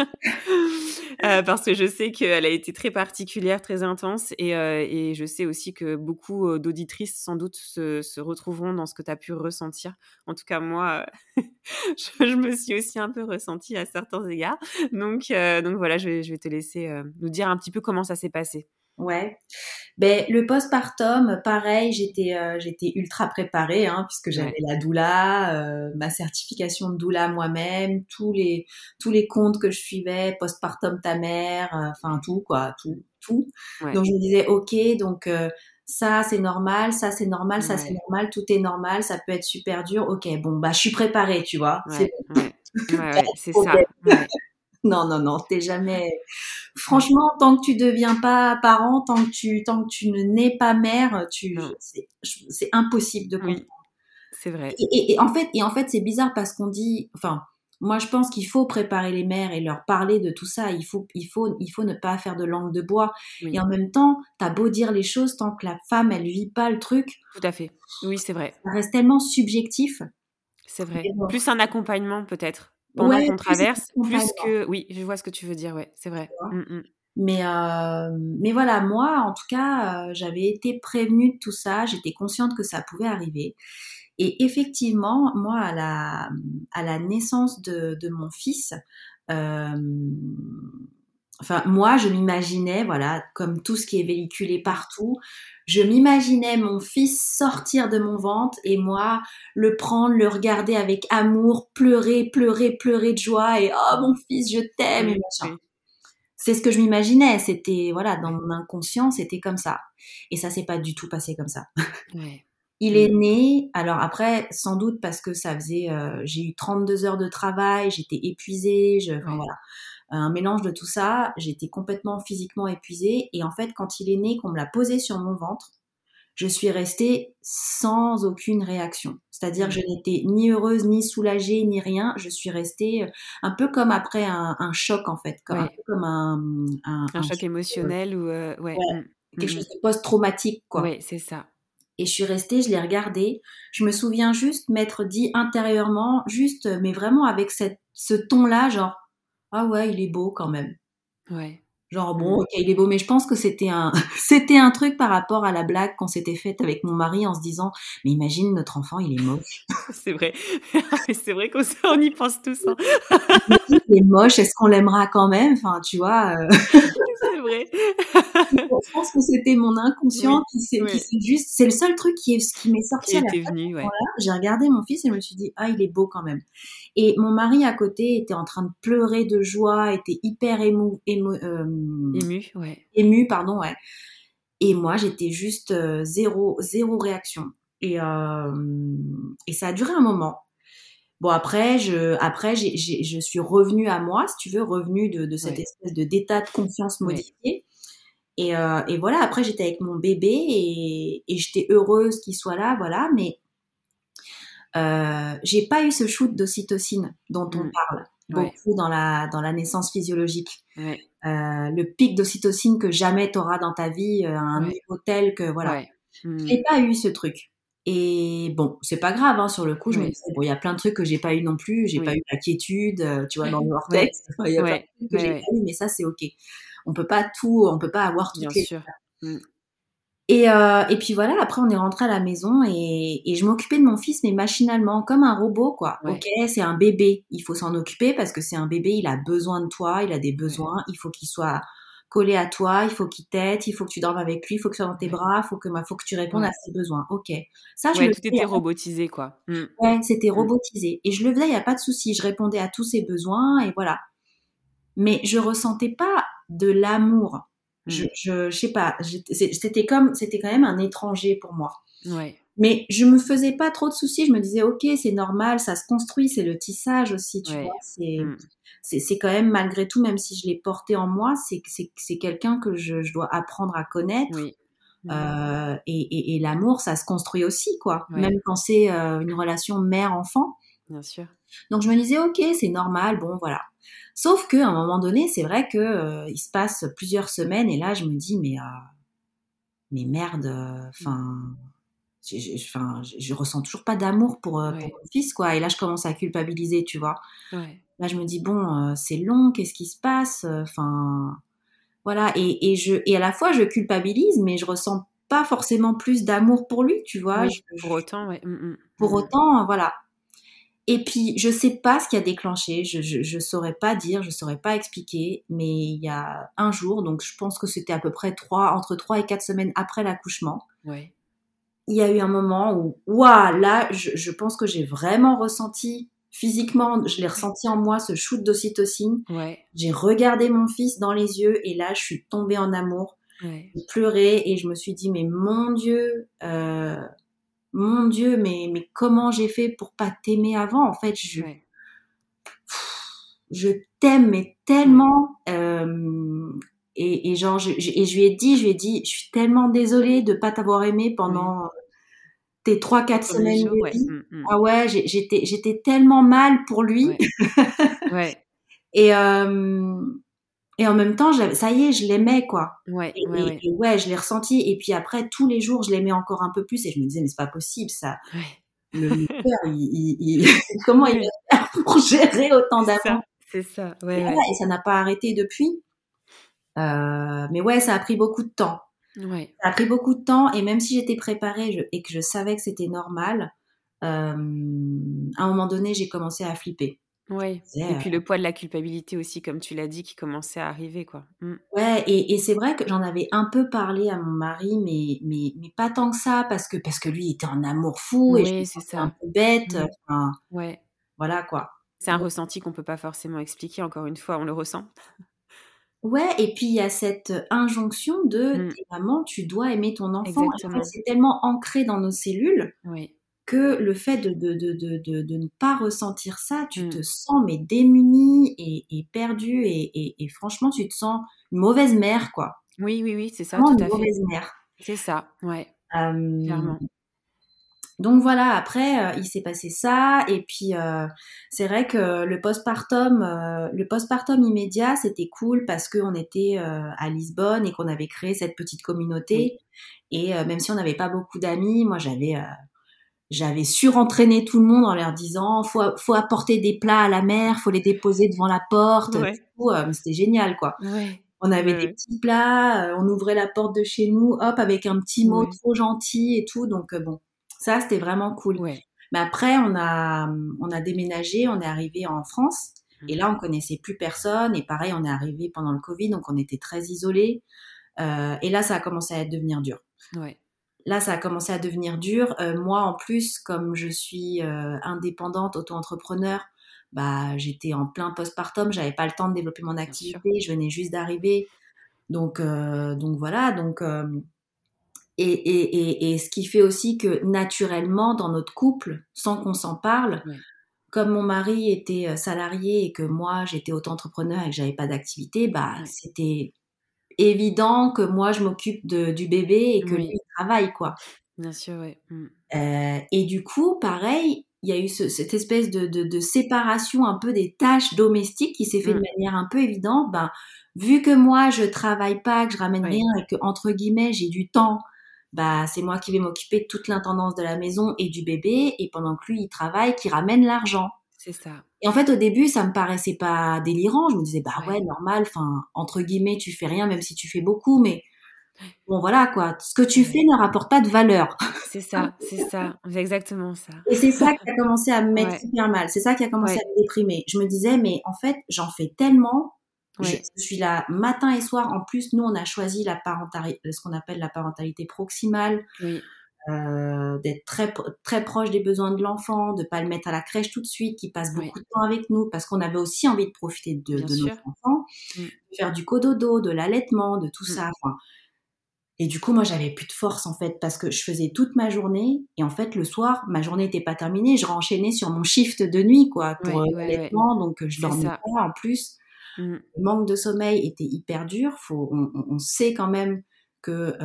S2: parce que je sais qu'elle a été très particulière, très intense et je sais aussi que beaucoup, d'auditrices sans doute se retrouveront dans ce que tu as pu ressentir. En tout cas moi, je me suis aussi un peu ressentie à certains égards. Donc voilà, je vais te laisser, nous dire un petit peu comment ça s'est passé.
S3: Ouais. Ben le postpartum, pareil, j'étais ultra préparée, hein, puisque j'avais
S2: Ouais.
S3: la doula, ma certification de doula moi-même, tous les comptes que je suivais, postpartum ta mère, enfin tout quoi, tout.
S2: Ouais.
S3: Donc je me disais ok, donc ça c'est normal, ça c'est normal, ça c'est
S2: Ouais.
S3: normal, tout est normal, ça peut être super dur. Ok, bon bah je suis préparée, tu vois, c'est
S2: Ouais.
S3: bon,
S2: Ouais. Ouais,
S3: pas
S2: ouais,
S3: de
S2: c'est
S3: problème.
S2: ça. Ouais.
S3: Non non non, t'es jamais.
S2: Ouais.
S3: Franchement, tant que tu deviens pas parent, tant que tu ne nais pas mère,
S2: Non.
S3: c'est impossible de comprendre.
S2: Oui, c'est vrai.
S3: En fait, c'est bizarre parce qu'on dit, enfin, moi, je pense qu'il faut préparer les mères et leur parler de tout ça. Il faut ne pas faire de langue de bois. Et
S2: Oui,
S3: en même temps, t'as beau dire les choses, tant que la femme, elle vit pas le truc,
S2: tout à fait. Oui, c'est vrai.
S3: ça reste tellement subjectif.
S2: C'est
S3: Mais
S2: vrai.
S3: bon.
S2: Plus un accompagnement peut-être, pendant
S3: Ouais,
S2: qu'on
S3: plus
S2: traverse, plus
S3: accompagnement,
S2: que oui, je vois ce que tu veux dire, ouais, c'est
S3: tu
S2: vrai.
S3: vois.
S2: Mmh mh.
S3: Mais voilà, moi, en tout cas, j'avais été prévenue de tout ça. J'étais consciente que ça pouvait arriver. Et effectivement, moi, à la naissance de mon fils, euh, enfin, moi, je m'imaginais, voilà, comme tout ce qui est véhiculé partout, je m'imaginais mon fils sortir de mon ventre et moi, le prendre, le regarder avec amour, pleurer, pleurer, pleurer de joie et oh mon fils, je t'aime et
S2: Oui,
S3: machin.
S2: oui.
S3: C'est ce que je m'imaginais. C'était, voilà, dans mon inconscient, c'était comme ça. Et ça s'est pas du tout passé comme ça.
S2: Ouais.
S3: Il est né, alors après, sans doute parce que ça faisait, j'ai eu 32 heures de travail, j'étais épuisée, enfin
S2: Ouais.
S3: voilà, un mélange de tout ça, j'étais complètement physiquement épuisée. Et en fait, quand il est né, qu'on me l'a posé sur mon ventre, je suis restée sans aucune réaction. C'est-à-dire que je n'étais ni heureuse, ni soulagée, ni rien. Je suis restée un peu comme après un choc, en fait, un
S2: Ouais.
S3: peu comme
S2: Un choc émotionnel ou ouais.
S3: ouais, quelque chose de post-traumatique, quoi.
S2: Ouais, c'est ça.
S3: Et je suis restée, je l'ai regardé. Je me souviens juste m'être dit intérieurement, juste, mais vraiment avec ce ton-là, genre, ah ouais, il est beau quand même.
S2: Ouais.
S3: Genre, bon, ok, il est beau, mais je pense que c'était c'était un truc par rapport à la blague qu'on s'était faite avec mon mari en se disant, mais imagine notre enfant, il est moche.
S2: C'est vrai. C'est vrai on y pense tous, hein.
S3: Imagine, il est moche, est-ce qu'on l'aimera quand même? Enfin, tu vois,
S2: C'est vrai.
S3: je pense que c'était mon inconscient
S2: Oui,
S3: qui
S2: ouais,
S3: s'est juste, c'est le seul truc qui m'est
S2: qui
S3: sorti à la
S2: était
S3: tête à
S2: venu,
S3: ce
S2: ouais.
S3: moment-là. J'ai regardé mon fils et je me suis dit, ah, il est beau quand même. Et mon mari à côté était en train de pleurer de joie, était hyper
S2: Ému, ouais.
S3: ému, pardon, ouais. Et moi, j'étais juste zéro réaction. Et ça a duré un moment. Bon, après, je suis revenue à moi, si tu veux, revenue de cette
S2: Ouais,
S3: espèce d'état de confiance
S2: ouais,
S3: modifié. Et voilà, après, j'étais avec mon bébé et j'étais heureuse qu'il soit là, voilà. Mais j'ai pas eu ce shoot d'ocytocine dont on
S2: mmh,
S3: parle
S2: ouais,
S3: beaucoup dans la naissance physiologique.
S2: ouais,
S3: Le pic d'ocytocine que jamais tu auras dans ta vie, à un
S2: ouais,
S3: niveau tel que voilà.
S2: ouais. Mmh,
S3: J'ai pas eu ce truc. Et bon, c'est pas grave, hein, sur le coup, je me
S2: ouais,
S3: disais, bon, il y a plein de trucs que j'ai pas eu non plus. J'ai pas eu
S2: oui,
S3: la quiétude, tu vois, dans le
S2: ouais,
S3: vortex. Enfin, il y a plein
S2: ouais,
S3: de trucs que
S2: ouais,
S3: j'ai
S2: ouais,
S3: pas eu, mais ça, c'est OK. On peut pas avoir
S2: bien
S3: toutes les.
S2: sûr. Mmh,
S3: Et puis voilà, après, on est rentré à la maison et je m'occupais de mon fils, mais machinalement, comme un robot, quoi. OK,
S2: ouais,
S3: c'est un bébé. Il faut s'en occuper parce que c'est un bébé, il a besoin de toi, il a des
S2: ouais,
S3: besoins, il faut qu'il soit collé à toi, il faut qu'il t'aide, il faut que tu dormes avec lui, il faut que tu sois dans tes
S2: ouais,
S3: bras, faut que tu répondes à
S2: ouais.
S3: ses besoins. OK. Ça, je
S2: Ouais,
S3: le
S2: tout
S3: faisais.
S2: était robotisé, quoi. Mmh,
S3: Ouais, c'était
S2: mmh,
S3: robotisé. Et je le faisais, il n'y a pas de souci. Je répondais à tous ses besoins et voilà. Mais je ressentais pas de l'amour.
S2: mmh,
S3: Je sais pas. C'était quand même un étranger pour moi.
S2: ouais,
S3: Mais je me faisais pas trop de soucis. Je me disais, ok, c'est normal, ça se construit, c'est le tissage aussi, tu vois.
S2: ouais, mmh,
S3: C'est quand même malgré tout, même si je l'ai porté en moi, c'est quelqu'un que je dois apprendre à connaître.
S2: oui, mmh,
S3: Et l'amour, ça se construit aussi, quoi.
S2: ouais,
S3: Même quand c'est une relation mère-enfant.
S2: bien sûr.
S3: Donc je me disais, ok, c'est normal, bon, voilà. Sauf qu'à un moment donné, c'est vrai que il se passe plusieurs semaines et là, je me dis, mais merde,
S2: Mmh,
S3: enfin, je ressens toujours pas d'amour pour
S2: ouais,
S3: mon fils, quoi. Et là, je commence à culpabiliser, tu vois.
S2: ouais,
S3: Là, je me dis, bon, c'est long, qu'est-ce qui se passe? Enfin, voilà. Et à la fois, je culpabilise, mais je ressens pas forcément plus d'amour pour lui, tu vois.
S2: oui, pour autant, ouais, mmh mh,
S3: Pour
S2: mmh mh.
S3: autant, voilà. Et puis, je sais pas ce qui a déclenché, je saurais pas dire, je saurais pas expliquer, mais il y a un jour, donc je pense que c'était à peu près entre 3 et 4 semaines après l'accouchement,
S2: Ouais,
S3: il y a eu un moment où, waouh, là, je pense que j'ai vraiment ressenti physiquement, je l'ai ressenti en moi, ce shoot d'ocytocine.
S2: ouais,
S3: J'ai regardé mon fils dans les yeux et là, je suis tombée en amour.
S2: ouais,
S3: J'ai pleuré et je me suis dit, mais mon Dieu, mais comment j'ai fait pour pas t'aimer avant? En fait,
S2: ouais,
S3: je t'aime mais
S2: ouais,
S3: tellement. Et genre, et je lui ai dit, je suis tellement désolée de pas t'avoir aimé
S2: oui.
S3: pendant tes trois
S2: Les
S3: quatre
S2: premiers
S3: semaines
S2: jours,
S3: de
S2: ouais,
S3: vie.
S2: mmh mh,
S3: Ah ouais, j'étais tellement mal pour lui.
S2: ouais, ouais,
S3: Et, euh, et en même temps, ça y est, je l'aimais, quoi.
S2: ouais, ouais, ouais,
S3: Et ouais, je l'ai ressenti. Et puis après, tous les jours, je l'aimais encore un peu plus. Et je me disais, mais c'est pas possible, ça.
S2: ouais,
S3: Le père, comment il
S2: ouais,
S3: va faire pour gérer autant d'amour?
S2: c'est ça,
S3: Et
S2: ouais,
S3: voilà,
S2: ouais,
S3: et ça n'a pas arrêté depuis. Mais ouais, ça a pris beaucoup de temps.
S2: ouais,
S3: Ça a pris beaucoup de temps et même si j'étais préparée et que je savais que c'était normal, à un moment donné, j'ai commencé à flipper.
S2: Ouais. Et puis le poids de la culpabilité aussi, comme tu l'as dit, qui commençait à arriver, quoi.
S3: Ouais, et c'est vrai que j'en avais un peu parlé à mon mari, mais pas tant que ça, parce que lui, il était en amour fou et je me
S2: Oui, c'est
S3: sentais un
S2: ça.
S3: peu bête,
S2: Mmh.
S3: enfin,
S2: Ouais.
S3: voilà, quoi.
S2: C'est un ressenti qu'on peut pas forcément expliquer, encore une fois, on le ressent.
S3: Ouais, et puis il y a cette injonction de:
S2: Mmh.
S3: «Tu es maman, tu dois aimer ton enfant», et en fait,
S2: Exactement.
S3: c'est tellement ancré dans nos cellules
S2: Oui.
S3: que le fait de ne pas ressentir ça, tu te
S2: Mmh.
S3: sens mais démunie et perdue et franchement, tu te sens une mauvaise mère, quoi.
S2: Oui, oui, oui, c'est ça,
S3: Vraiment
S2: tout
S3: une
S2: à fait.
S3: mauvaise mère.
S2: C'est ça, ouais,
S3: Hem,
S2: clairement.
S3: donc voilà, après, il s'est passé ça et puis, c'est vrai que le postpartum immédiat, c'était cool parce qu'on était, à Lisbonne et qu'on avait créé cette petite
S2: Oui.
S3: communauté et même si on n'avait pas beaucoup d'amis, moi j'avais surentraîné tout le monde en leur disant: «Faut apporter des plats à la mère, faut les déposer devant la porte», et
S2: Ouais.
S3: tout, mais c'était génial, quoi.
S2: Ouais.
S3: On avait
S2: Ouais,
S3: des
S2: ouais.
S3: petits plats, on ouvrait la porte de chez nous, hop, avec un petit mot
S2: Ouais.
S3: trop gentil et tout, donc bon, ça, c'était vraiment cool.
S2: Ouais.
S3: Mais après, on a déménagé, on est arrivé en France et
S2: Mmh.
S3: là, on connaissait plus personne et pareil, on est arrivé pendant le Covid, donc on était très isolés, et là, ça a commencé à devenir dur.
S2: Ouais.
S3: Là, ça a commencé à devenir dur. Moi, en plus, comme je suis indépendante, auto-entrepreneur, bah, j'étais en plein postpartum, j'avais pas le temps de développer mon
S2: Bien sûr.
S3: activité, je venais juste d'arriver. Donc voilà. Et ce qui fait aussi que naturellement, dans notre couple, sans qu'on s'en parle,
S2: Ouais.
S3: comme mon mari était salarié et que moi, j'étais auto-entrepreneur et que j'avais pas d'activité, bah,
S2: Ouais.
S3: c'était évident que moi, je m'occupe du bébé et que lui,
S2: Oui.
S3: il travaille, quoi.
S2: Bien sûr, ouais.
S3: Et du coup, pareil, il y a eu cette espèce de séparation un peu des tâches domestiques qui s'est fait de
S2: Mmh.
S3: manière un peu évidente. Ben, vu que moi, je travaille pas, que je ramène
S2: Ouais.
S3: rien et que, entre guillemets, j'ai du temps, bah, c'est moi qui vais m'occuper de toute l'intendance de la maison et du bébé, et pendant que lui, il travaille, qui ramène l'argent.
S2: C'est ça.
S3: Et en fait, au début, ça me paraissait pas délirant. Je me disais, bah ouais,
S2: Ouais.
S3: normal, enfin, entre guillemets, tu fais rien, même si tu fais beaucoup, mais bon, voilà, quoi. Ce que tu fais
S2: Ouais.
S3: ne rapporte pas de valeur.
S2: C'est ça, c'est ça. C'est exactement ça.
S3: Et c'est ça qui a commencé à me mettre
S2: Ouais.
S3: hyper mal. C'est ça qui a commencé à
S2: Ouais.
S3: me déprimer. Je me disais, mais en fait, j'en fais tellement. Je
S2: Ouais.
S3: suis là matin et soir. En plus, nous, on a choisi ce qu'on appelle la parentalité proximale,
S2: Oui.
S3: d'être très proche des besoins de l'enfant, de pas le mettre à la crèche tout de suite, qu'il passe
S2: Ouais.
S3: beaucoup de temps avec nous, parce qu'on avait aussi envie de profiter
S2: Bien
S3: de
S2: sûr.
S3: notre enfant,
S2: Mmh.
S3: de faire du cododo, de l'allaitement, de tout
S2: Mmh.
S3: ça. Enfin, et du coup, moi, j'avais plus de force, en fait, parce que je faisais toute ma journée. Et en fait, le soir, ma journée n'était pas terminée. Je renchaînais sur mon shift de nuit, quoi, pour
S2: Ouais, ouais, ouais.
S3: l'allaitement. Donc, je
S2: C'est
S3: dormais
S2: ça.
S3: pas. En plus,
S2: Mmh.
S3: le manque de sommeil était hyper dur. On sait quand même que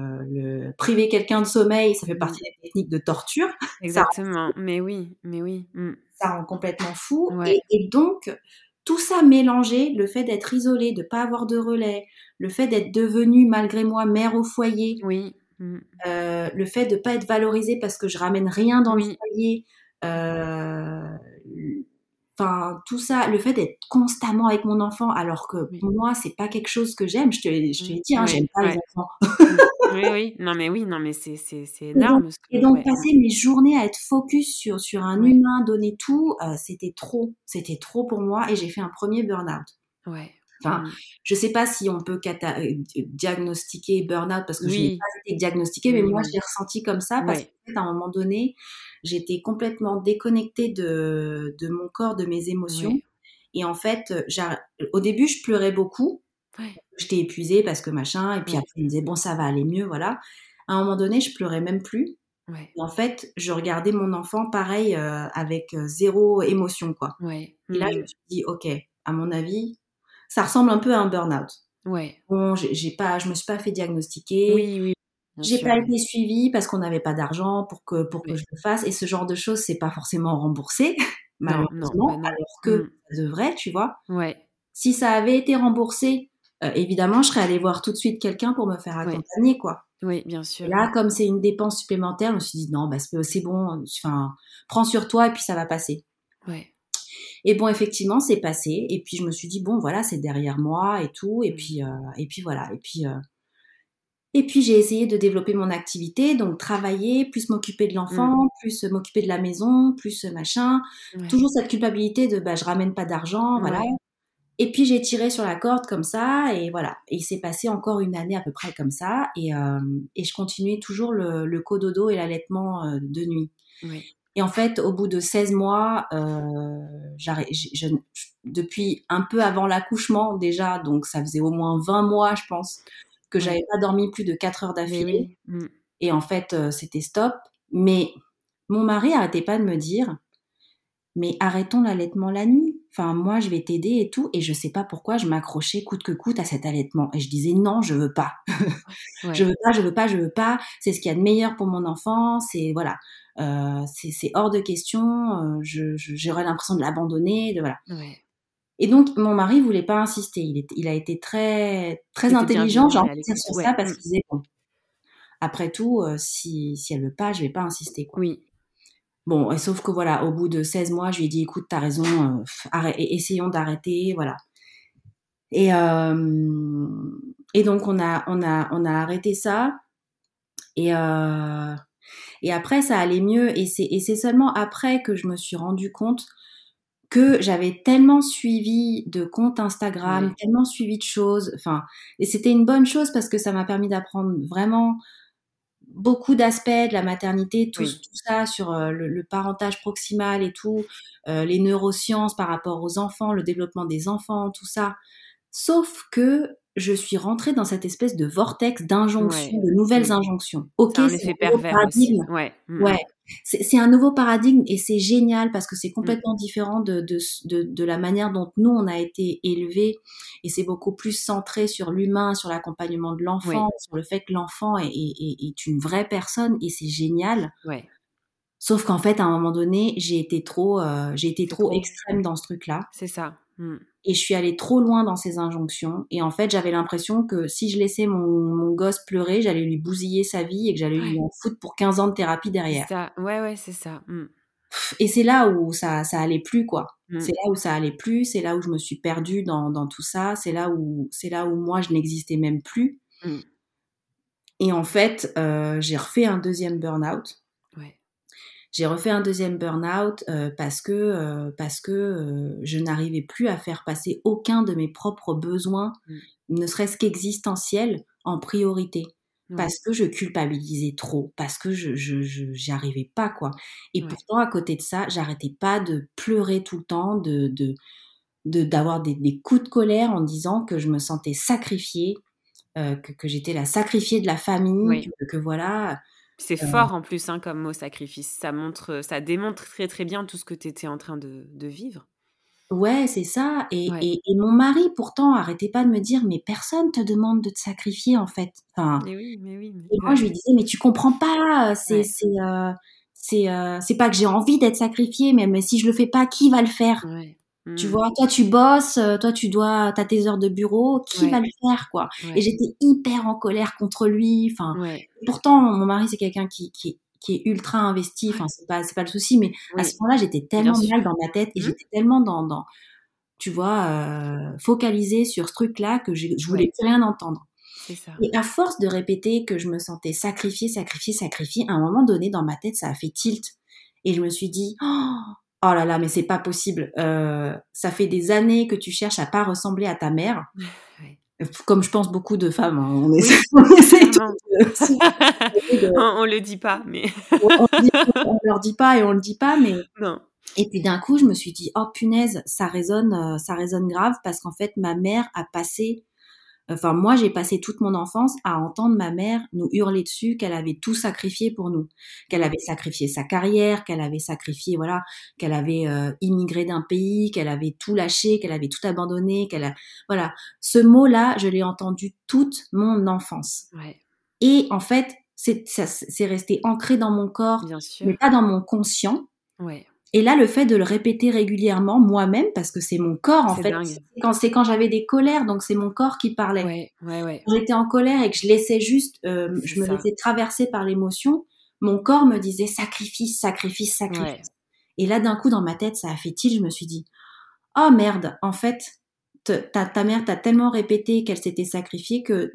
S3: priver quelqu'un de sommeil, ça fait
S2: Mmh.
S3: partie des techniques de torture. Ça,
S2: Exactement. Mais oui, mais oui.
S3: ça rend complètement fou.
S2: Ouais.
S3: Et donc, tout ça mélangé, le fait d'être isolée, de pas avoir de relais, le fait d'être devenue, malgré moi, mère au foyer,
S2: Oui.
S3: le fait de pas être valorisée parce que je ramène rien dans le
S2: Oui.
S3: foyer, heu, enfin tout ça, le fait d'être constamment avec mon enfant alors que
S2: Oui.
S3: moi c'est pas quelque chose que j'aime. Je te l'ai dit, hein, j'aime
S2: Ouais,
S3: pas les
S2: ouais.
S3: enfants.
S2: Mmh. Oui, oui. Non, mais oui, non, mais c'est
S3: Et donc
S2: énorme ce
S3: et
S2: que
S3: donc
S2: ouais.
S3: passer mes journées à être focus sur un
S2: Ouais.
S3: humain, donner tout, c'était trop pour moi et j'ai fait un premier burn-out.
S2: Ouais.
S3: Enfin, je sais pas si on peut diagnostiquer burn-out parce que je n'ai
S2: Oui.
S3: pas été diagnostiquée, mais
S2: Oui,
S3: moi je
S2: oui.
S3: l'ai ressenti comme ça parce
S2: Ouais.
S3: qu'en fait, à un moment donné, j'étais complètement déconnectée de mon corps, de mes émotions.
S2: Ouais.
S3: Et en fait, au début, je pleurais beaucoup.
S2: Ouais.
S3: J'étais épuisée parce que machin, et puis
S2: Ouais.
S3: après, je me disais, bon, ça va aller mieux, voilà. À un moment donné, je pleurais même plus.
S2: Ouais.
S3: Et en fait, je regardais mon enfant pareil, avec zéro émotion, quoi.
S2: Ouais.
S3: Et là, je me suis dit, ok, à mon avis, ça ressemble un peu à un burn-out.
S2: Ouais.
S3: Bon, je me suis pas fait diagnostiquer,
S2: Oui, oui, bien
S3: j'ai
S2: sûr,
S3: pas
S2: ouais.
S3: été suivie parce qu'on n'avait pas d'argent pour que
S2: Ouais.
S3: je le fasse, et ce genre de choses, c'est pas forcément remboursé,
S2: Non, non,
S3: malheureusement,
S2: bah non.
S3: alors que ça devrait, tu vois?
S2: Ouais.
S3: Si ça avait été remboursé, évidemment, je serais allée voir tout de suite quelqu'un pour me faire
S2: Ouais.
S3: accompagner, quoi.
S2: Oui, bien
S3: Et
S2: sûr.
S3: là, comme c'est une dépense supplémentaire, je me suis dit: «Non, bah, c'est bon, enfin, prends sur toi et puis ça va passer».
S2: Ouais.
S3: Et bon, effectivement, c'est passé, et puis je me suis dit: «Bon, voilà, c'est derrière moi et tout», et
S2: Mmh.
S3: puis voilà, Et puis j'ai essayé de développer mon activité, donc travailler, plus m'occuper de l'enfant, plus m'occuper de la maison, plus machin.
S2: Ouais.
S3: Toujours cette culpabilité de je ramène pas d'argent, voilà.
S2: Ouais.
S3: Et puis j'ai tiré sur la corde comme ça, et voilà. Et il s'est passé encore une année à peu près comme ça, et je continuais toujours le cododo et l'allaitement de nuit.
S2: Ouais.
S3: Et en fait, au bout de 16 mois, depuis un peu avant l'accouchement déjà, donc ça faisait au moins 20 mois, je pense, que j'avais pas dormi plus de 4 heures
S2: Mais
S3: d'affilée.
S2: oui.
S3: Et en fait, c'était stop. Mais mon mari arrêtait pas de me dire, mais arrêtons l'allaitement la nuit. Enfin, moi, je vais t'aider et tout. Et je sais pas pourquoi je m'accrochais coûte que coûte à cet allaitement. Et je disais, non, je veux pas.
S2: Ouais.
S3: Je veux pas. C'est ce qu'il y a de meilleur pour mon enfant. C'est, voilà. C'est hors de question. J'aurais l'impression de l'abandonner. Voilà.
S2: Ouais.
S3: Et donc, mon mari voulait pas insister. Il a été très, très
S2: C'était
S3: intelligent, j'ai
S2: bienveillant et
S3: envie
S2: à
S3: de dire
S2: l'écoute.
S3: sur
S2: Ouais.
S3: ça, parce qu'il disait, bon, après tout, si elle veut pas, je vais pas insister, quoi.
S2: Oui.
S3: Bon, et sauf que voilà, au bout de 16 mois, je lui ai dit, écoute, t'as raison, essayons d'arrêter, voilà. Et donc, on a arrêté ça. Et après, ça allait mieux. Et c'est seulement après que je me suis rendu compte que j'avais tellement suivi de comptes Instagram, tellement suivi de choses. Enfin, et c'était une bonne chose parce que ça m'a permis d'apprendre vraiment beaucoup d'aspects de la maternité, tout ça sur le parentage proximal et tout, les neurosciences par rapport aux enfants, le développement des enfants, tout ça. Sauf que je suis rentrée dans cette espèce de vortex d'injonctions, de nouvelles injonctions. Ok,
S2: C'est un
S3: c'est
S2: effet
S3: un nouveau
S2: pervers aussi.
S3: paradigme.
S2: Ouais.
S3: Ouais, c'est un nouveau paradigme et c'est génial parce que c'est complètement différent de la manière dont nous, on a été élevés, et c'est beaucoup plus centré sur l'humain, sur l'accompagnement de l'enfant, sur le fait que l'enfant est une vraie personne, et c'est génial.
S2: Ouais.
S3: Sauf qu'en fait, à un moment donné, j'ai été trop extrême dans ce truc-là.
S2: C'est ça.
S3: Et je suis allée trop loin dans ces injonctions. Et en fait, j'avais l'impression que si je laissais mon gosse pleurer, j'allais lui bousiller sa vie et que j'allais lui en foutre pour 15 ans de thérapie derrière.
S2: C'est ça. Ouais, c'est ça.
S3: Et c'est là où ça allait plus, quoi. C'est là où ça allait plus, c'est là où je me suis perdue dans tout ça, c'est là où moi je n'existais même plus. Et en fait, j'ai refait un deuxième burn-out. J'ai refait un deuxième burn-out parce que je n'arrivais plus à faire passer aucun de mes propres besoins, ne serait-ce qu'existentiels, en priorité. Parce que je culpabilisais trop, parce que j'y arrivais pas, quoi. Et pourtant, à côté de ça, j'arrêtais pas de pleurer tout le temps, d'avoir des coups de colère en disant que je me sentais sacrifiée, que j'étais la sacrifiée de la famille, que voilà.
S2: C'est fort en plus, comme mot sacrifice. Ça démontre très très bien tout ce que tu étais en train de vivre.
S3: Ouais, c'est ça. Et mon mari, pourtant, arrêtait pas de me dire, mais personne te demande de te sacrifier, en fait. Enfin,
S2: mais oui.
S3: Et moi, je lui disais, mais tu comprends pas, c'est pas que j'ai envie d'être sacrifiée, mais si je le fais pas, qui va le faire? Tu vois, toi tu bosses, toi t'as tes heures de bureau, qui va le faire, quoi? Et j'étais hyper en colère contre lui. Enfin, pourtant mon mari c'est quelqu'un qui est ultra investi. Enfin, c'est pas le souci, mais à ce moment-là j'étais tellement mal dans ma tête et j'étais tellement dans tu vois, focalisée sur ce truc-là que je voulais plus rien entendre.
S2: C'est ça.
S3: Et à force de répéter que je me sentais sacrifiée, à un moment donné dans ma tête ça a fait tilt et je me suis dit oh là là, mais c'est pas possible. Ça fait des années que tu cherches à pas ressembler à ta mère. Comme je pense beaucoup de femmes. Hein. On essaie
S2: on le dit pas, mais...
S3: on leur dit pas et on le dit pas, mais...
S2: Non.
S3: Et puis d'un coup, je me suis dit, oh punaise, ça résonne grave parce qu'en fait, ma mère a passé... Enfin, moi, j'ai passé toute mon enfance à entendre ma mère nous hurler dessus qu'elle avait tout sacrifié pour nous, qu'elle avait sacrifié sa carrière, qu'elle avait sacrifié, voilà, qu'elle avait immigré d'un pays, qu'elle avait tout lâché, qu'elle avait tout abandonné, voilà. Ce mot-là, je l'ai entendu toute mon enfance. Et en fait, c'est resté ancré dans mon corps, mais pas dans mon conscient. Et là, le fait de le répéter régulièrement moi-même, parce que c'est mon corps, en fait, c'est quand j'avais des colères, donc c'est mon corps qui parlait. Quand j'étais en colère et que je laissais juste, je me laissais traverser par l'émotion, mon corps me disait sacrifice. Et là, d'un coup, dans ma tête, ça a fait tilt, je me suis dit, oh merde, en fait, ta mère t'a tellement répété qu'elle s'était sacrifiée que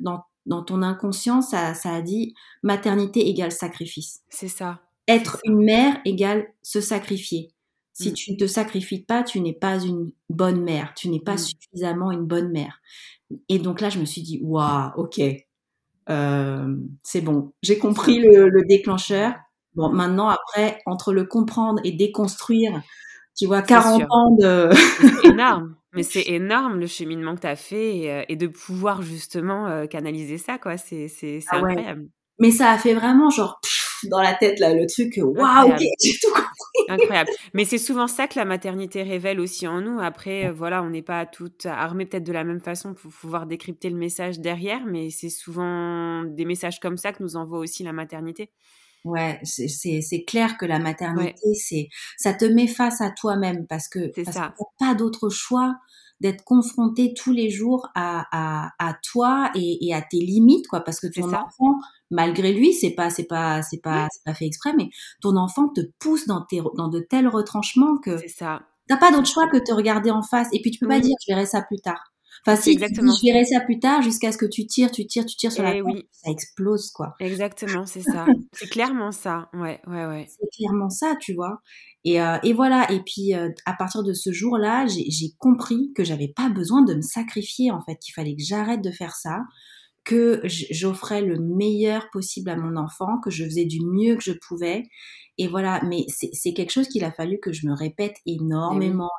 S3: dans ton inconscient, ça a dit maternité égale sacrifice.
S2: C'est ça.
S3: Être une mère égale se sacrifier. Si
S2: Mm.
S3: tu ne te sacrifies pas, tu n'es pas une bonne mère. Tu n'es pas suffisamment une bonne mère. Et donc là, je me suis dit, waouh, ok, c'est bon. J'ai compris le déclencheur. Bon, maintenant, après, entre le comprendre et déconstruire, tu vois, 40 ans de...
S2: C'est énorme. Mais c'est énorme le cheminement que tu as fait et de pouvoir justement canaliser ça, quoi. C'est incroyable.
S3: Mais ça a fait vraiment genre dans la tête, là, le truc, waouh, ok, j'ai tout compris.
S2: Incroyable. Mais c'est souvent ça que la maternité révèle aussi en nous. Après, voilà, on n'est pas toutes armées peut-être de la même façon pour pouvoir décrypter le message derrière, mais c'est souvent des messages comme ça que nous envoie aussi la maternité.
S3: Ouais, c'est clair que la maternité, ça te met face à toi-même parce que t'as pas d'autre choix d'être confronté tous les jours à toi et à tes limites, quoi, parce que ton enfant, malgré lui, c'est pas fait exprès, mais ton enfant te pousse dans de tels retranchements que t'as pas d'autre choix que de te regarder en face. Et puis tu peux pas dire je verrai ça plus tard. Enfin, si tu dis je verrai ça plus tard jusqu'à ce que tu tires sur la tête, ça explose, quoi.
S2: Exactement, c'est ça. C'est clairement ça. Ouais.
S3: C'est clairement ça, tu vois. Et voilà. Et puis, à partir de ce jour-là, j'ai compris que j'avais pas besoin de me sacrifier, en fait, qu'il fallait que j'arrête de faire ça, que j'offrais le meilleur possible à mon enfant, que je faisais du mieux que je pouvais. Et voilà. Mais c'est quelque chose qu'il a fallu que je me répète énormément.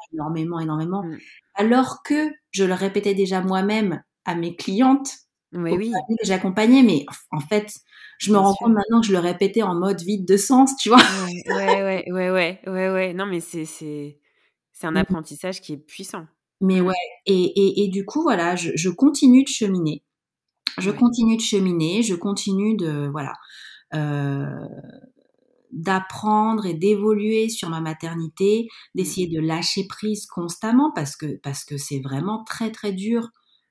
S3: Alors que je le répétais déjà moi-même à mes clientes, aux familles que j'accompagnais, mais en fait, je me rends compte maintenant que je le répétais en mode vide de sens, tu vois.
S2: Ouais. Non, mais c'est un apprentissage qui est puissant.
S3: Mais ouais. Et du coup, voilà, je continue de cheminer. Je continue de, voilà, d'apprendre et d'évoluer sur ma maternité, d'essayer de lâcher prise constamment parce que c'est vraiment très très dur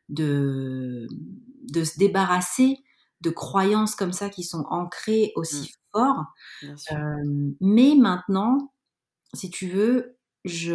S3: de se débarrasser de croyances comme ça qui sont ancrées aussi fort. Mais maintenant, si tu veux, je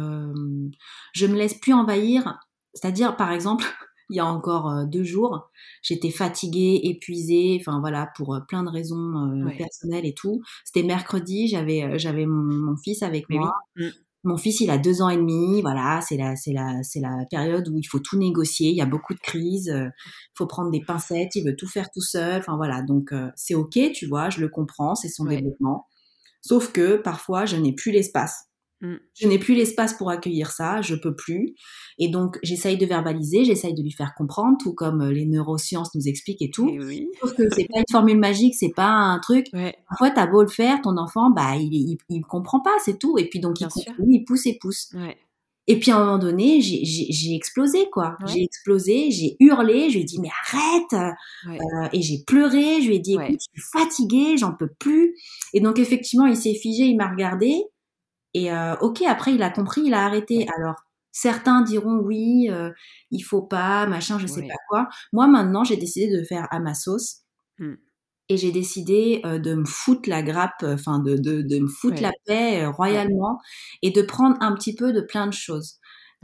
S3: me laisse plus envahir. C'est-à-dire, par exemple, il y a encore 2 jours, j'étais fatiguée, épuisée, enfin voilà, pour plein de raisons personnelles et tout. C'était mercredi, j'avais mon fils avec moi. Mon fils, il a 2 ans et demi, voilà, c'est la période où il faut tout négocier, il y a beaucoup de crises, il faut prendre des pincettes, il veut tout faire tout seul, enfin voilà, donc c'est ok, tu vois, je le comprends, c'est son développement. Sauf que parfois, je n'ai plus l'espace. Je n'ai plus l'espace pour accueillir ça, je peux plus. Et donc, j'essaye de verbaliser, j'essaye de lui faire comprendre, tout comme les neurosciences nous expliquent et tout. Sauf que c'est pas une formule magique, c'est pas un truc. Parfois, t'as beau le faire, ton enfant, bah, il comprend pas, c'est tout. Et puis donc, il continue, il pousse. Et puis à un moment donné, j'ai explosé, quoi. J'ai explosé, j'ai hurlé, je lui ai dit mais arrête, et j'ai pleuré, je lui ai dit écoute, je suis fatiguée, j'en peux plus. Et donc effectivement, il s'est figé, il m'a regardé. Et ok, après il a compris, il a arrêté. Alors certains diront oui, il faut pas, machin, je sais pas quoi. Moi maintenant, j'ai décidé de faire à ma sauce. Et j'ai décidé de me foutre la grappe, enfin de me foutre la paix royalement et de prendre un petit peu de plein de choses.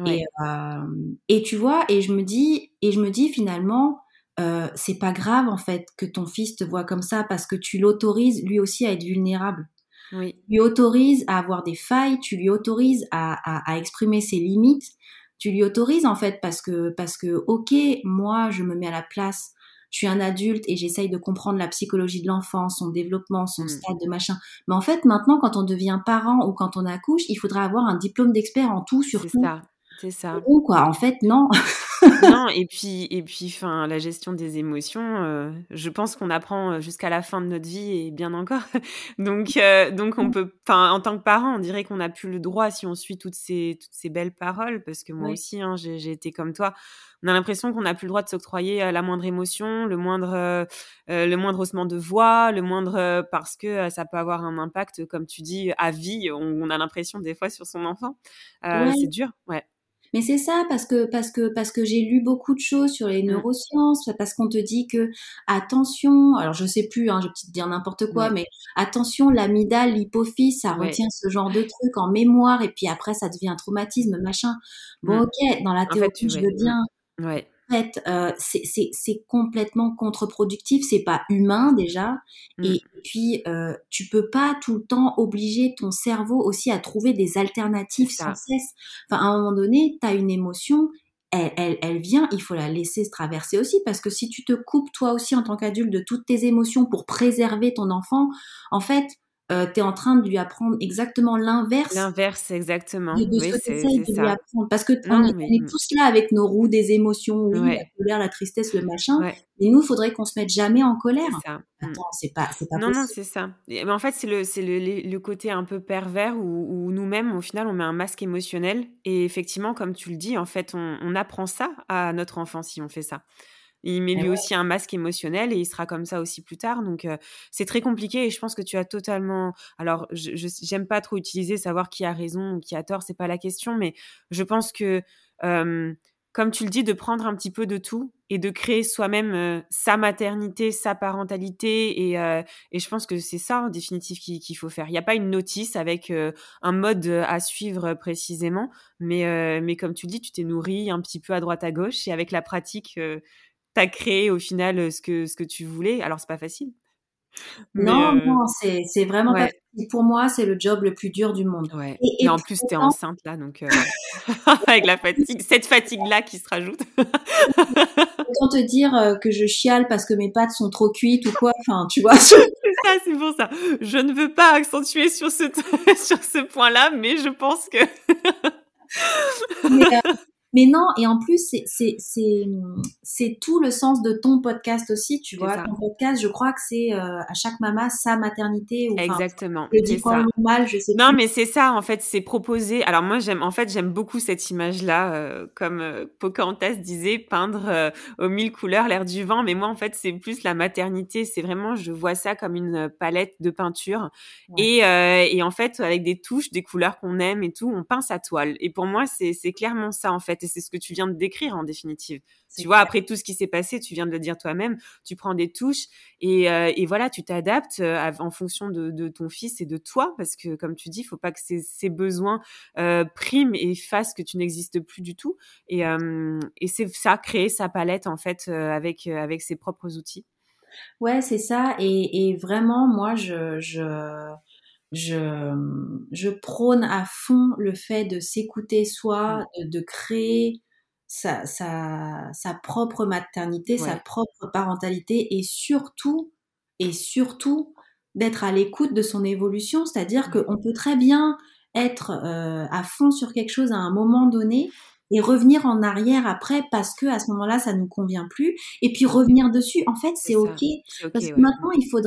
S3: Et tu vois, et je me dis finalement, c'est pas grave en fait que ton fils te voit comme ça parce que tu l'autorises lui aussi à être vulnérable. Tu lui autorises à avoir des failles, tu lui autorises à exprimer ses limites, tu lui autorises en fait parce que ok, moi je me mets à la place. Je suis un adulte et j'essaye de comprendre la psychologie de l'enfant, son développement, son stade de machin. Mais en fait, maintenant, quand on devient parent ou quand on accouche, il faudra avoir un diplôme d'expert en tout sur tout.
S2: C'est ça.
S3: Bon, quoi, en fait, non.
S2: Non, et puis, enfin, la gestion des émotions, je pense qu'on apprend jusqu'à la fin de notre vie et bien encore. Donc on peut, enfin, en tant que parent, on dirait qu'on n'a plus le droit si on suit toutes ces belles paroles, parce que moi aussi, hein, j'ai été comme toi. On a l'impression qu'on n'a plus le droit de s'octroyer la moindre émotion, le moindre haussement de voix, le moindre parce que ça peut avoir un impact, comme tu dis, à vie. On a l'impression des fois sur son enfant. C'est dur,
S3: Mais c'est ça, parce que j'ai lu beaucoup de choses sur les neurosciences, parce qu'on te dit que, attention, alors je sais plus, je vais peut-être dire n'importe quoi, mais attention, l'amygdale, l'hypophyse, ça retient ce genre de trucs en mémoire, et puis après, ça devient un traumatisme, machin. Bon, ok, dans la théorie, je veux bien. fait, c'est complètement contre-productif, c'est pas humain déjà. Et puis, tu peux pas tout le temps obliger ton cerveau aussi à trouver des alternatives sans cesse. Enfin, à un moment donné, t'as une émotion, elle vient, il faut la laisser se traverser aussi, parce que si tu te coupes toi aussi en tant qu'adulte de toutes tes émotions pour préserver ton enfant, en fait, t'es en train de lui apprendre exactement l'inverse
S2: L'inverse, exactement.
S3: de ce
S2: Oui,
S3: que tu essayes
S2: c'est
S3: de lui
S2: ça.
S3: apprendre. Parce que on
S2: Non,
S3: est,
S2: mais
S3: on est tous là avec nos roues des émotions, oui, la
S2: ouais,
S3: colère, la tristesse, le machin.
S2: ouais,
S3: Mais nous, il faudrait qu'on se mette jamais en
S2: c'est
S3: colère.
S2: ça.
S3: Attends, c'est pas
S2: Non, non,
S3: possible.
S2: c'est ça. Mais en fait, c'est le côté un peu pervers où nous-mêmes, au final, on met un masque émotionnel. Et effectivement, comme tu le dis, en fait, on apprend ça à notre enfant si on fait ça. Il met
S3: Eh
S2: lui
S3: ouais.
S2: aussi un masque émotionnel et il sera comme ça aussi plus tard. Donc, c'est très compliqué et je pense que tu as totalement. Alors, j'aime pas trop utiliser savoir qui a raison ou qui a tort, c'est pas la question, mais je pense que, euh, comme tu le dis, de prendre un petit peu de tout et de créer soi-même sa maternité, sa parentalité et je pense que c'est ça en définitive qu'il faut faire. Il n'y a pas une notice avec un mode à suivre précisément, mais comme tu le dis, tu t'es nourri un petit peu à droite à gauche et avec la pratique. Tu créé au final ce que tu voulais. Alors, c'est pas facile, mais
S3: Non, non, c'est vraiment pas
S2: ouais,
S3: facile. Pour moi, c'est le job le plus dur du monde.
S2: ouais.
S3: Et
S2: Mais en
S3: pour
S2: plus, tu es
S3: autant,
S2: enceinte là, donc avec la fatigue, cette fatigue-là qui se rajoute.
S3: autant te dire que je chiale parce que mes pâtes sont trop cuites ou quoi. Enfin, tu vois.
S2: C'est ça, c'est pour ça. Je ne veux pas accentuer sur ce sur ce point-là, mais je pense que
S3: Mais, mais non, et en plus, c'est tout le sens de ton podcast aussi, tu
S2: c'est
S3: vois.
S2: ça.
S3: Ton podcast, je crois que c'est à chaque maman sa maternité, ou enfin,
S2: Exactement,
S3: je le dis
S2: c'est
S3: probablement
S2: ça.
S3: mal, je sais
S2: Non,
S3: plus.
S2: mais c'est ça, en fait, c'est proposer. Alors moi, j'aime beaucoup cette image-là, comme Pocahontas disait, peindre aux mille couleurs l'air du vent. Mais moi, en fait, c'est plus la maternité. C'est vraiment, je vois ça comme une palette de peinture.
S3: Ouais,
S2: Et en fait, avec des touches, des couleurs qu'on aime et tout, on peint sa toile. Et pour moi, c'est clairement ça, en fait. Et c'est ce que tu viens de décrire, en définitive.
S3: c'est
S2: Tu vois,
S3: clair.
S2: après tout ce qui s'est passé, tu viens de le dire toi-même, tu prends des touches et voilà, tu t'adaptes en fonction de ton fils et de toi, parce que comme tu dis, il faut pas que ses besoins priment et fassent que tu n'existes plus du tout. Et c'est ça, créer sa palette en fait avec ses propres outils.
S3: Ouais, c'est ça. Et vraiment, moi, je, je prône à fond le fait de s'écouter
S2: Mm.
S3: soi, de créer sa propre maternité, sa
S2: Ouais,
S3: propre parentalité, et surtout d'être à l'écoute de son évolution. C'est-à-dire
S2: ouais,
S3: qu'on peut très bien être à fond sur quelque chose à un moment donné et revenir en arrière après parce que à ce moment-là ça nous convient plus, et puis revenir dessus. En fait,
S2: c'est
S3: c'est ok,
S2: ça. C'est ok,
S3: parce que
S2: ouais.
S3: maintenant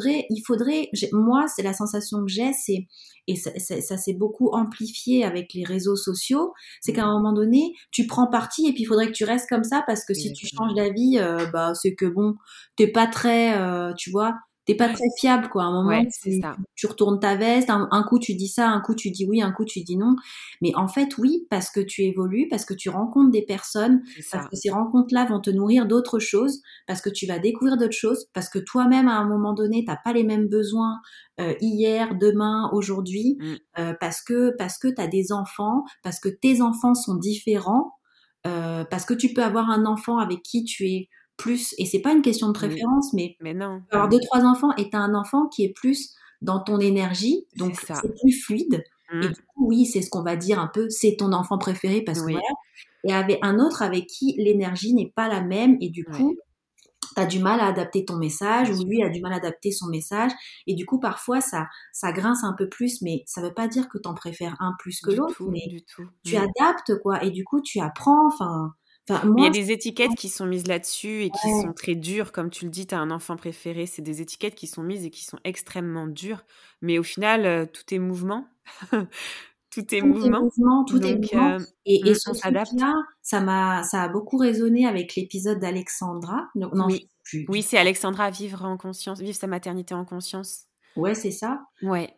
S3: moi, c'est la sensation que j'ai, et ça s'est beaucoup amplifié avec les réseaux sociaux, c'est
S2: Mm.
S3: qu'à un moment donné, tu prends parti et puis il faudrait que tu restes comme ça, parce que si tu
S2: Exactement.
S3: changes d'avis, bah c'est que bon, t'es pas très, tu vois, t'es pas très
S2: Ouais,
S3: fiable, quoi. À un moment,
S2: ouais, c'est ça.
S3: tu retournes ta veste, un coup tu dis ça, un coup tu dis oui, un coup tu dis non. Mais en fait, oui, parce que tu évolues, parce que tu rencontres des personnes,
S2: C'est
S3: parce
S2: ça.
S3: que ces rencontres-là vont te nourrir d'autres choses, parce que tu vas découvrir d'autres choses, parce que toi-même, à un moment donné, t'as pas les mêmes besoins hier, demain, aujourd'hui,
S2: Mm.
S3: parce que t'as des enfants, parce que tes enfants sont différents, parce que tu peux avoir un enfant avec qui tu es plus, et c'est pas une question de
S2: Mm.
S3: préférence, mais
S2: Mais non.
S3: tu peux avoir deux, trois enfants et t'as un enfant qui est plus dans ton énergie,
S2: C'est
S3: donc
S2: ça.
S3: c'est plus fluide. Et
S2: Mm.
S3: du coup, oui, c'est ce qu'on va dire un peu, c'est ton enfant préféré, parce que voilà.
S2: Oui.
S3: Et avec un autre avec qui l'énergie n'est pas la même, et du
S2: Ouais.
S3: coup, t'as du mal à adapter ton message,
S2: Bien
S3: ou
S2: sûr.
S3: lui a du mal à adapter son message, et du coup, parfois, ça grince un peu plus, mais ça veut pas dire que t'en préfères un plus que
S2: Du
S3: l'autre,
S2: tout,
S3: mais
S2: du tout.
S3: tu
S2: Mm.
S3: adaptes, quoi, et du coup, tu apprends, enfin,
S2: Mais il y
S3: moi,
S2: a des étiquettes qui sont mises là-dessus et qui
S3: ouais,
S2: sont très dures. Comme tu le dis, tu as un enfant préféré, c'est des étiquettes qui sont mises et qui sont extrêmement dures. Mais au final, tout est mouvement. Tout est mouvement.
S3: tout est
S2: Donc,
S3: mouvement. Et ce
S2: on s'adapte.
S3: truc-là, ça a beaucoup résonné avec l'épisode d'Alexandra. Non, je sais
S2: Oui.
S3: plus.
S2: Oui, c'est Alexandra, vivre en conscience, vivre sa maternité en conscience.
S3: Ouais, c'est ça.
S2: Ouais,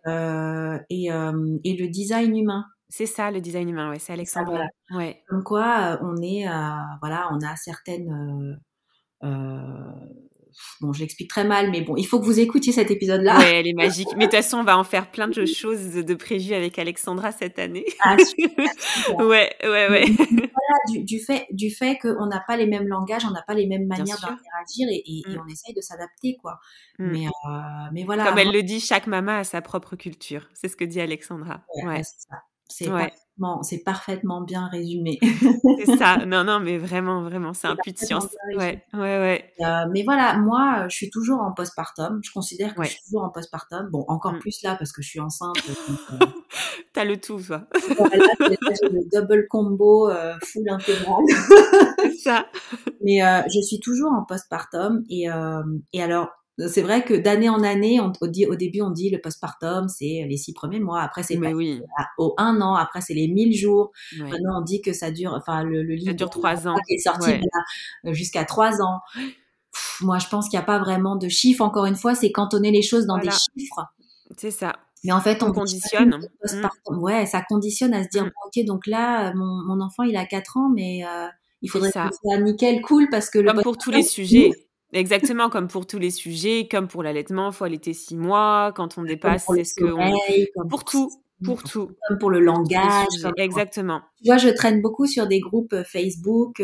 S3: Et le design humain.
S2: c'est ça le design humain, ouais, c'est
S3: C'est ça, voilà.
S2: Alexandra. Ouais.
S3: Comme quoi, on est, voilà, on a certaines, bon, je l'explique très mal, mais bon, il faut que vous écoutiez cet épisode-là.
S2: Ouais, elle est magique. Mais de toute façon, on va en faire plein de choses de prévues avec Alexandra cette année.
S3: Ah, super, super.
S2: Ouais.
S3: Voilà, du fait qu'on n'a pas les mêmes langages, on n'a pas les mêmes
S2: Bien
S3: manières
S2: sûr.
S3: d'interagir et on essaye de s'adapter, quoi.
S2: Mm.
S3: Mais voilà.
S2: Comme elle le dit, chaque maman a sa propre culture. C'est ce que dit Alexandra.
S3: Ouais,
S2: Ouais.
S3: c'est ça. C'est
S2: Ouais.
S3: parfaitement bien résumé.
S2: C'est ça. Non, mais vraiment, c'est un puits de
S3: Parfaitement
S2: science.
S3: bien résumé.
S2: Ouais.
S3: Mais voilà, moi, je suis toujours en postpartum. Je considère que je
S2: Ouais.
S3: suis toujours en postpartum. Bon, encore
S2: Mm.
S3: plus là parce que je suis enceinte. Donc,
S2: T'as le tout, toi.
S3: voilà, là, j'ai le double combo full intégral.
S2: C'est ça.
S3: Mais je suis toujours en postpartum et alors c'est vrai que d'année en année, au début on dit le postpartum c'est les 6 premiers mois, après c'est
S2: Mais
S3: passé
S2: oui.
S3: au 1 an, après c'est les 1000 jours.
S2: Ouais.
S3: Maintenant on dit que ça dure, enfin le
S2: Ça
S3: livre
S2: dure 3 ans.
S3: qui est sorti
S2: Ouais.
S3: jusqu'à 3 ans. Moi je pense qu'il n'y a pas vraiment de chiffres. Encore une fois, c'est cantonner les choses dans des
S2: Voilà.
S3: chiffres.
S2: C'est ça.
S3: Mais en fait,
S2: On
S3: on
S2: conditionne.
S3: postpartum. Ouais, ça conditionne à se dire, bon, ok, donc là, mon enfant, il a 4 ans, mais il
S2: C'est
S3: faudrait que
S2: ça.
S3: ce soit nickel, cool, parce que le
S2: Comme pour tous les
S3: postpartum,
S2: sujets. Exactement, comme pour tous les sujets, comme pour l'allaitement, faut allaiter 6 mois. Quand on
S3: comme
S2: dépasse,
S3: pour le
S2: c'est ce qu'on...
S3: sommeil, comme
S2: Pour tout. Pour tout.
S3: comme pour le
S2: Pour tous les
S3: langage,
S2: sujets. Exactement.
S3: tu vois, je traîne beaucoup sur des groupes Facebook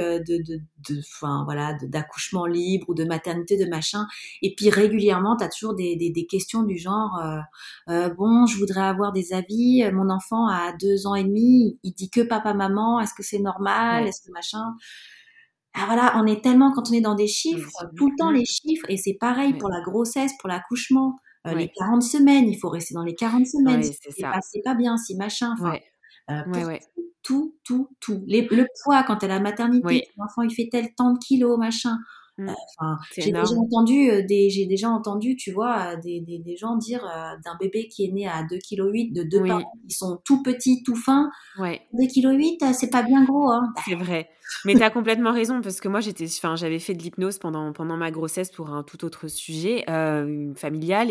S3: enfin voilà, d'accouchement libre ou de maternité, de machin. Et puis régulièrement, t'as toujours des questions du genre, bon, je voudrais avoir des avis. Mon enfant a 2 ans et demi, il dit que papa, maman. Est-ce que c'est normal?
S2: Ouais.
S3: Est-ce que machin? Ah voilà, on est tellement quand on est dans des chiffres, tout le temps
S2: Mm.
S3: les chiffres, et c'est pareil
S2: Ouais.
S3: pour la grossesse, pour l'accouchement. Les
S2: Ouais.
S3: 40 semaines, il faut rester dans les 40 semaines.
S2: Ouais,
S3: Si
S2: c'est
S3: c'est
S2: ça.
S3: pas bien, si machin. Enfin,
S2: Ouais.
S3: pour
S2: Ouais.
S3: tout. Le poids quand t'es à la maternité,
S2: Oui.
S3: ton enfant il fait tel tant de kilos, machin.
S2: Mm.
S3: Enfin,
S2: C'est
S3: j'ai déjà
S2: énorme.
S3: entendu tu vois, des gens dire d'un bébé qui est né à 2,8 kg, de deux
S2: Oui.
S3: parents qui sont tout petits, tout fins,
S2: Ouais.
S3: 2,8 kg, c'est pas bien gros, hein.
S2: C'est vrai. Mais tu as complètement raison parce que moi, j'avais fait de l'hypnose pendant ma grossesse pour un tout autre sujet, familial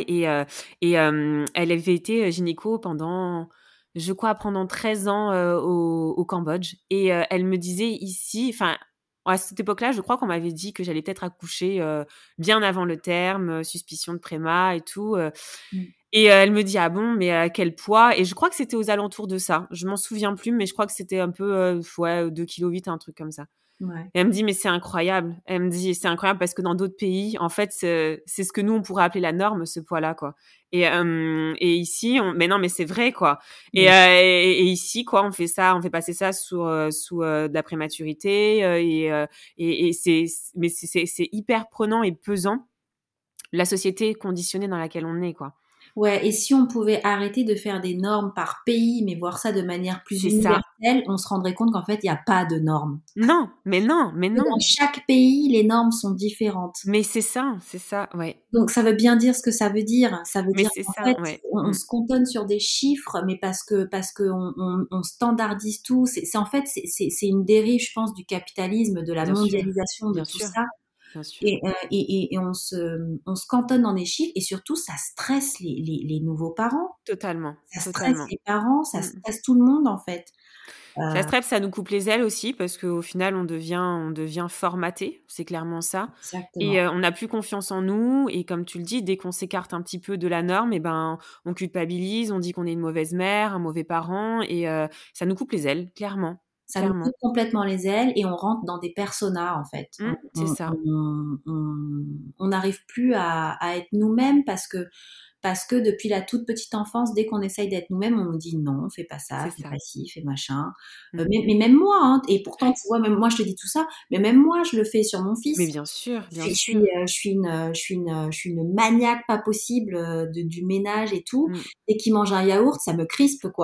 S2: et elle avait été gynéco pendant, je crois, pendant 13 ans, au Cambodge et elle me disait ici, enfin, à cette époque-là, je crois qu'on m'avait dit que j'allais peut-être accoucher, bien avant le terme, suspicion de préma et tout,
S3: Mmh.
S2: et elle me dit: «Ah bon, mais à quel poids?» Et je crois que c'était aux alentours de ça. Je m'en souviens plus, mais je crois que c'était un peu, ouais, 2,8 kg, un truc comme ça.
S3: Ouais.
S2: Et elle me dit: «Mais c'est incroyable». Elle me dit: «C'est incroyable parce que dans d'autres pays, en fait, c'est ce que nous, on pourrait appeler la norme, ce poids-là, quoi». Et ici, mais non, mais c'est vrai, quoi. Et,
S3: Mmh.
S2: et ici, quoi, on fait passer ça sous de la prématurité, et c'est hyper prenant et pesant, la société conditionnée dans laquelle on est, quoi.
S3: Ouais, et si on pouvait arrêter de faire des normes par pays, mais voir ça de manière plus
S2: C'est ça.
S3: universelle, on se rendrait compte qu'en fait, il n'y a pas de normes.
S2: Non, mais non, mais
S3: Que dans
S2: non.
S3: chaque pays, les normes sont différentes.
S2: Mais c'est ça, ouais.
S3: Donc ça veut bien dire ce que ça veut dire. Ça veut
S2: Mais
S3: dire
S2: c'est
S3: qu'en
S2: ça,
S3: fait,
S2: ouais.
S3: on se cantonne sur des chiffres, mais parce que on standardise tout. C'est en fait c'est une dérive, je pense, du capitalisme, de la
S2: Bien sûr,
S3: mondialisation, de
S2: bien
S3: tout
S2: sûr,
S3: ça.
S2: bien sûr.
S3: Et on se cantonne dans des chiffres, et surtout ça stresse les nouveaux parents.
S2: Totalement,
S3: Ça stresse
S2: totalement.
S3: les parents, ça
S2: Mmh.
S3: stresse tout le monde en fait.
S2: Ça
S3: Euh,
S2: stresse, ça nous coupe les ailes aussi parce qu'au final, on devient formaté, c'est clairement ça. Et
S3: Exactement.
S2: on n'a plus confiance en nous et comme tu le dis, dès qu'on s'écarte un petit peu de la norme et ben, on culpabilise, on dit qu'on est une mauvaise mère, un mauvais parent et ça nous coupe les ailes, clairement,
S3: Ça nous
S2: clairement.
S3: coupe complètement les ailes et on rentre dans des personas en fait.
S2: C'est ça,
S3: On n'arrive plus à être nous-mêmes parce que depuis la toute petite enfance, dès qu'on essaye d'être nous-mêmes, on nous dit non, fais pas ça,
S2: c'est
S3: fais
S2: ça.
S3: pas ci, fais machin.
S2: Mmh.
S3: Mais même moi, hein, et pourtant tu vois, même moi je te dis tout ça, mais même moi je le fais sur mon
S2: Mais
S3: fils.
S2: bien sûr, bien
S3: Je
S2: sûr.
S3: je suis une maniaque pas possible du ménage et tout.
S2: Mmh.
S3: Dès qu'il mange un yaourt, ça me crispe quoi.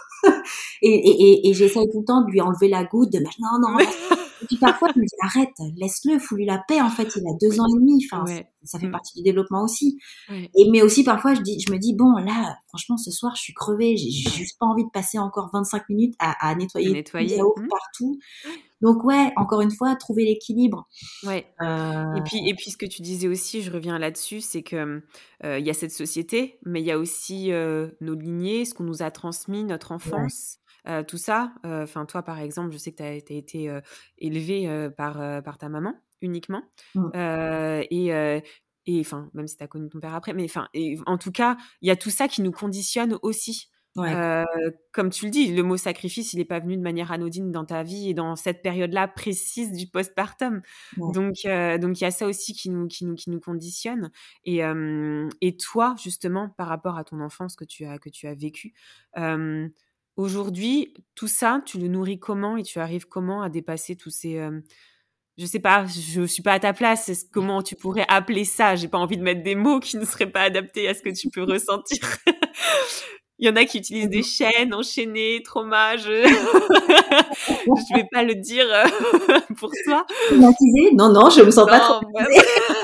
S3: Et j'essaye tout le temps de lui enlever la goutte, de mettre non, non, reste. Et puis parfois, je me dis, arrête, laisse-le, fous-lui la paix, en fait, il a 2 ans et demi, enfin,
S2: Ouais.
S3: ça fait
S2: Mmh.
S3: partie du développement aussi.
S2: Ouais.
S3: Mais aussi, parfois, je me dis, bon, là, franchement, ce soir, je suis crevée, j'ai juste pas envie de passer encore 25 minutes à
S2: À
S3: nettoyer tout le
S2: nettoyer.
S3: yaourt partout. Donc, ouais, encore une fois, trouver l'équilibre.
S2: Ouais.
S3: Euh,
S2: Et puis ce que tu disais aussi, je reviens là-dessus, c'est que, il y a cette société, mais il y a aussi, nos lignées, ce qu'on nous a transmis, notre
S3: ouais,
S2: enfance, tout ça. Enfin, toi, par exemple, je sais que tu as été, élevée, par ta maman uniquement,
S3: mm,
S2: et Et enfin, même si tu as connu ton père après, mais enfin, et en tout cas, il y a tout ça qui nous conditionne aussi.
S3: Ouais.
S2: Comme tu le dis, le mot sacrifice, il est pas venu de manière anodine dans ta vie et dans cette période-là précise du postpartum.
S3: Ouais.
S2: Donc il y a ça aussi qui nous conditionne. Et toi, justement, par rapport à ton enfance que tu as vécu, aujourd'hui, tout ça, tu le nourris comment et tu arrives comment à dépasser tous ces, je sais pas, je suis pas à ta place. Comment tu pourrais appeler ça? J'ai pas envie de mettre des mots qui ne seraient pas adaptés à ce que tu peux ressentir. Il y en a qui utilisent des chaînes enchaînées, trauma. Je vais pas le dire pour toi.
S3: Traumatisée? Non, non, je me sens pas traumatisée.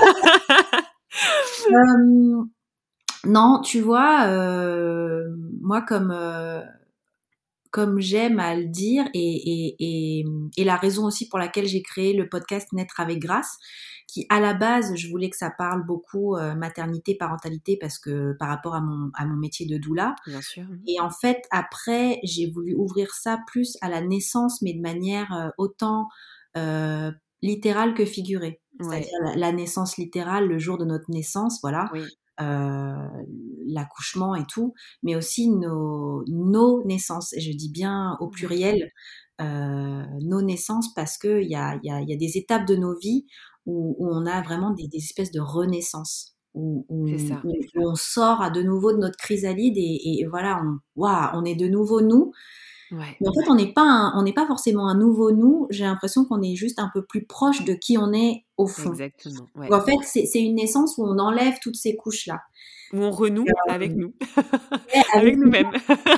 S3: Non, tu vois, moi comme j'aime à le dire et la raison aussi pour laquelle j'ai créé le podcast Naître avec grâce, qui à la base je voulais que ça parle beaucoup maternité, parentalité parce que par rapport à mon métier de doula.
S2: Bien sûr.
S3: Et en fait après j'ai voulu ouvrir ça plus à la naissance mais de manière autant littérale que figurée.
S2: Ouais.
S3: C'est-à-dire la naissance littérale, le jour de notre naissance, voilà.
S2: Oui.
S3: L'accouchement et tout, mais aussi nos naissances, et je dis bien au pluriel, nos naissances parce qu'il y a des étapes de nos vies où on a vraiment des espèces de renaissances, où
S2: C'est ça.
S3: on sort à de nouveau de notre chrysalide et voilà, on est de nouveau nous.
S2: Ouais.
S3: Mais en fait, on n'est pas forcément un nouveau nous. J'ai l'impression qu'on est juste un peu plus proche de qui on est au fond.
S2: Exactement. Ouais.
S3: Donc, en fait, c'est une naissance où on enlève toutes ces couches-là.
S2: Où on renoue avec nous.
S3: Avec
S2: nous-mêmes.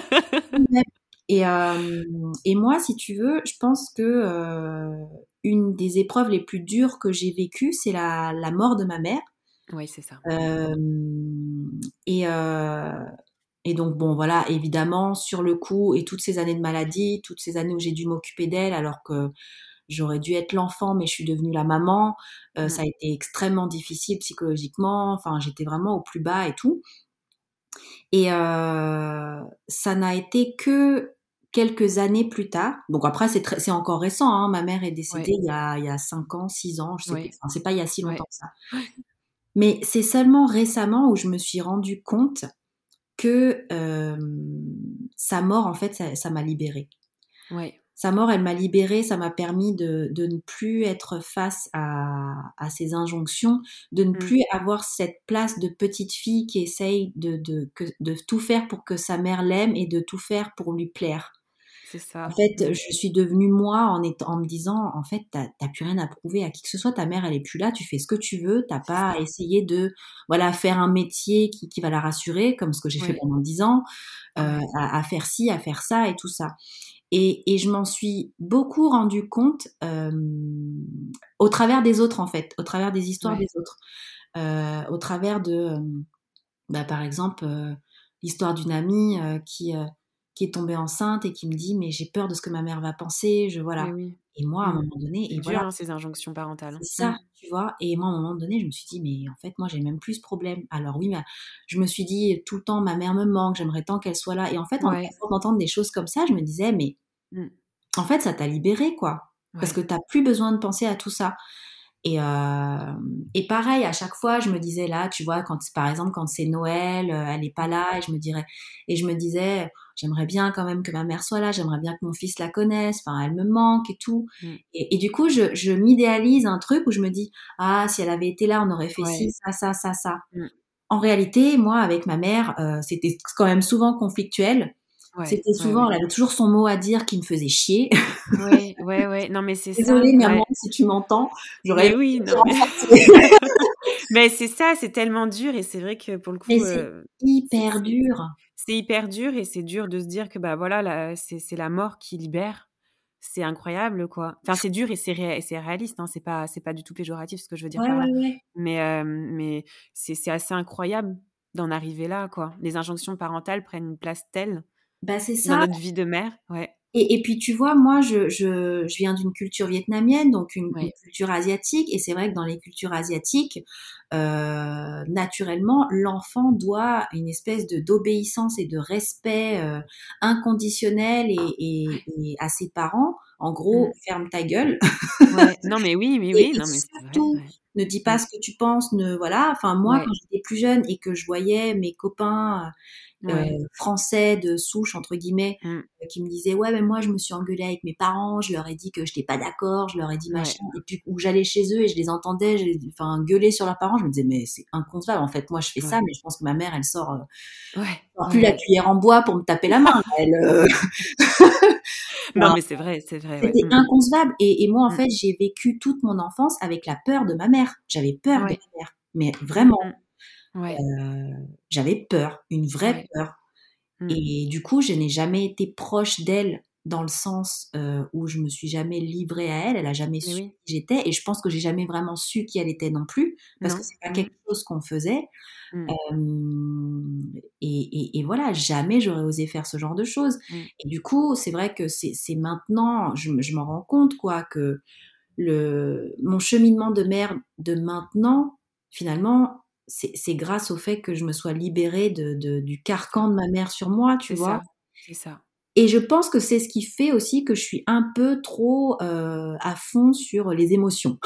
S3: Et moi, si tu veux, je pense que une des épreuves les plus dures que j'ai vécues, c'est la mort de ma mère.
S2: Oui, c'est ça.
S3: Et donc, bon, voilà, évidemment, sur le coup, et toutes ces années de maladie, toutes ces années où j'ai dû m'occuper d'elle, alors que j'aurais dû être l'enfant, mais je suis devenue la maman. Ça a été extrêmement difficile psychologiquement. Enfin, j'étais vraiment au plus bas et tout. Et ça n'a été que quelques années plus tard. Donc après, c'est encore récent. Hein. Ma mère est décédée il y a 5 ans, 6 ans, je sais plus. Enfin, c'est pas il y a si longtemps que ça. Mais c'est seulement récemment où je me suis rendu compte que sa mort, en fait, ça m'a libérée.
S2: Ouais.
S3: Sa mort, elle m'a libérée, ça m'a permis de ne plus être face à ces injonctions, de ne plus avoir cette place de petite fille qui essaye de tout faire pour que sa mère l'aime et de tout faire pour lui plaire.
S2: C'est ça.
S3: En fait, je suis devenue moi en me disant, en fait, t'as plus rien à prouver à qui que ce soit, ta mère, elle est plus là, tu fais ce que tu veux, t'as pas à essayer de, voilà, faire un métier qui va la rassurer, comme ce que j'ai fait pendant 10 ans, à faire ci, à faire ça et tout ça. Et je m'en suis beaucoup rendu compte au travers des autres, en fait, au travers des histoires des autres, au travers de, par exemple, l'histoire d'une amie qui est tombée enceinte et qui me dit mais j'ai peur de ce que ma mère va penser, voilà.
S2: Oui.
S3: Et moi, à un moment donné,
S2: c'est
S3: et
S2: dur,
S3: voilà,
S2: hein, ces injonctions parentales.
S3: c'est ça, tu vois. Et moi, à un moment donné, je me suis dit mais en fait, moi, j'ai même plus ce problème. Alors oui, je me suis dit tout le temps, ma mère me manque, j'aimerais tant qu'elle soit là. Et en fait, en entendant des choses comme ça, je me disais mais en fait, ça t'a libéré, quoi. Parce que t'as plus besoin de penser à tout ça. Et pareil, à chaque fois, je me disais là, tu vois, par exemple, quand c'est Noël, elle est pas là, et je me disais, j'aimerais bien quand même que ma mère soit là, j'aimerais bien que mon fils la connaisse, enfin, elle me manque et tout. Et du coup, je m'idéalise un truc où je me dis, ah, si elle avait été là, on aurait fait ci, ça. En réalité, moi, avec ma mère, c'était quand même souvent conflictuel. C'était souvent, elle avait toujours son mot à dire qui me faisait chier.
S2: Ouais. Non, mais c'est
S3: Désolée,
S2: ça.
S3: maman, si tu m'entends.
S2: Mais oui, non. Mais c'est ça, c'est tellement dur et c'est vrai que pour le coup.
S3: Mais c'est hyper dur.
S2: C'est hyper dur et c'est dur de se dire que bah voilà, c'est la mort qui libère. C'est incroyable, quoi. Enfin, c'est dur et c'est réaliste, hein. C'est pas du tout péjoratif ce que je veux dire par là.
S3: Ouais.
S2: Mais c'est assez incroyable d'en arriver là, quoi. Les injonctions parentales prennent une place telle
S3: c'est ça.
S2: dans notre vie de mère,
S3: Et puis tu vois, moi je viens d'une culture vietnamienne, donc une culture asiatique, et c'est vrai que dans les cultures asiatiques, naturellement, l'enfant doit une espèce d'obéissance et de respect inconditionnel et à ses parents. En gros, ferme ta gueule.
S2: Non mais oui, non mais c'est vrai.
S3: ne dis pas ce que tu penses, voilà. Enfin, moi, quand j'étais plus jeune et que je voyais mes copains français de souche, entre guillemets, qui me disaient, ouais, mais moi, je me suis engueulée avec mes parents, je leur ai dit que j'étais pas d'accord, je leur ai dit machin. Et puis, où j'allais chez eux et je les entendais, gueuler sur leurs parents, je me disais, mais c'est inconcevable. En fait, moi, je fais ça, mais je pense que ma mère, elle sort plus la cuillère en bois pour me taper la main.
S2: Non, mais c'est vrai.
S3: C'était inconcevable. Et moi, en fait, j'ai vécu toute mon enfance avec la peur de ma mère. J'avais peur de ma mère. Mais vraiment. J'avais peur, une vraie peur. Et du coup, je n'ai jamais été proche d'elle dans le sens où je me suis jamais livrée à elle. Elle a jamais su qui j'étais. Et je pense que j'ai jamais vraiment su qui elle était non plus. Parce que c'est pas quelque chose qu'on faisait. Et voilà, jamais j'aurais osé faire ce genre de choses. Et du coup, c'est vrai que c'est maintenant, je m'en rends compte, quoi, que mon cheminement de mère de maintenant, finalement, c'est grâce au fait que je me sois libérée du carcan de ma mère sur moi, tu vois.
S2: C'est ça.
S3: Et je pense que c'est ce qui fait aussi que je suis un peu trop à fond sur les émotions.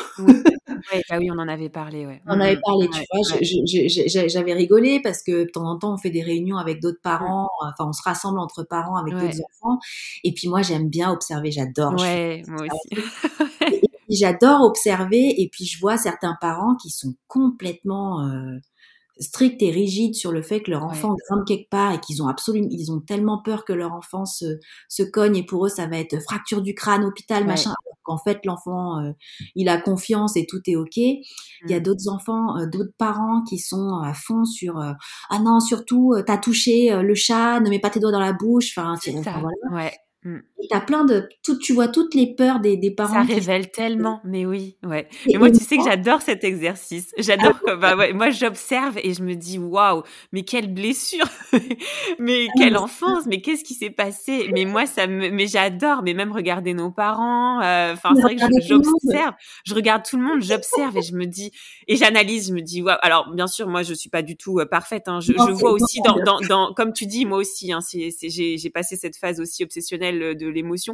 S2: Oui, on en avait parlé,
S3: On en avait parlé, tu vois. J'avais rigolé parce que de temps en temps, on fait des réunions avec d'autres parents. Enfin, on se rassemble entre parents avec d'autres enfants. Et puis moi, j'aime bien observer, j'adore.
S2: Moi aussi.
S3: Et j'adore observer. Et puis je vois certains parents qui sont complètement stricts et rigides sur le fait que leur enfant grimpe quelque part et qu'ils ont tellement peur que leur enfant se cogne, et pour eux ça va être fracture du crâne, hôpital, machin, alors qu'en fait l'enfant il a confiance et tout est ok. Il y a d'autres enfants, d'autres parents qui sont à fond sur ah non, surtout t'as touché le chat, ne mets pas tes doigts dans la bouche, voilà. Et t'as tu vois toutes les peurs des parents.
S2: Ça révèle tellement, mais oui, Mais moi, tu sais que j'adore cet exercice. J'adore moi, j'observe et je me dis, waouh, mais quelle blessure, mais quelle enfance, mais qu'est-ce qui s'est passé? Mais moi, mais j'adore, mais même regarder nos parents, c'est vrai que j'observe, je regarde tout le monde, j'observe et je me dis, et j'analyse, je me dis, waouh. Alors, bien sûr, moi, je suis pas du tout parfaite, hein. Je vois aussi comme tu dis, moi aussi, hein, j'ai passé cette phase aussi obsessionnelle de l'émotion,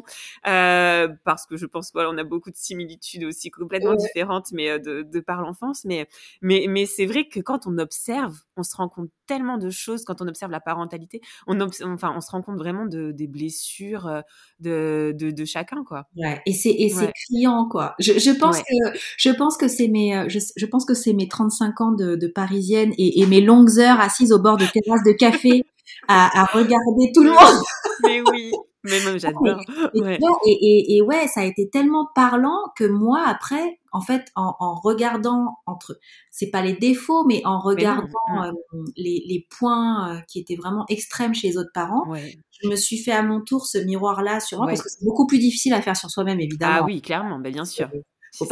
S2: parce que je pense on a beaucoup de similitudes aussi complètement différentes, mais de par l'enfance, mais c'est vrai que quand on observe, on se rend compte tellement de choses. Quand on observe la parentalité, on se rend compte vraiment des blessures de chacun, quoi.
S3: Et c'est criant, quoi. Je pense que c'est mes 35 ans de parisienne et mes longues heures assises au bord de terrasses de café à regarder tout le monde.
S2: Mais oui. Mais même j'adore.
S3: Et ça a été tellement parlant que moi après, en fait, en regardant c'est pas les défauts, mais en regardant les points qui étaient vraiment extrêmes chez les autres parents, je me suis fait à mon tour ce miroir-là sur moi, parce que c'est beaucoup plus difficile à faire sur soi-même, évidemment.
S2: Ah oui, clairement, bien sûr. Si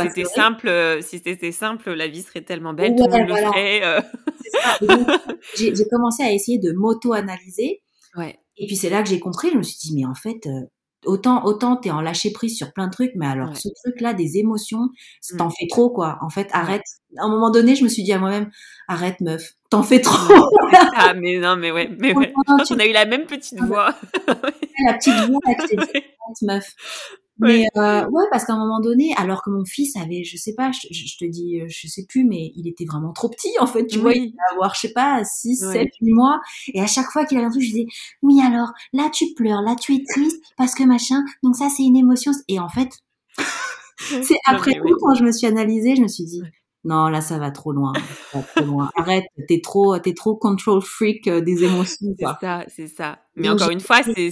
S2: c'était simple, la vie serait tellement belle, tout le monde le ferait.
S3: C'est ça. Et donc, j'ai commencé à essayer de m'auto-analyser. Et puis c'est là que j'ai compris, je me suis dit, mais en fait, autant t'es en lâcher prise sur plein de trucs, mais alors ce truc-là, des émotions, t'en fais trop, quoi. En fait, arrête. À un moment donné, je me suis dit à moi-même, arrête, meuf, t'en fais trop.
S2: Ah, mais non, mais je crois qu'on a eu la même petite voix.
S3: La petite voix, là, qui s'est dit, arrête, meuf. Mais parce qu'à un moment donné, alors que mon fils avait, je sais pas, je te dis, je sais plus, mais il était vraiment trop petit, en fait, tu vois, il devait avoir, je sais pas, 6, 7, 8 mois, et à chaque fois qu'il avait un truc, je disais, oui, alors, là tu pleures, là tu es triste, parce que machin, donc ça c'est une émotion, et en fait, c'est après coup, quand je me suis analysée, je me suis dit, non, là ça va trop loin, arrête, t'es trop control freak des émotions, quoi.
S2: C'est ça. Mais donc, encore une fois, ça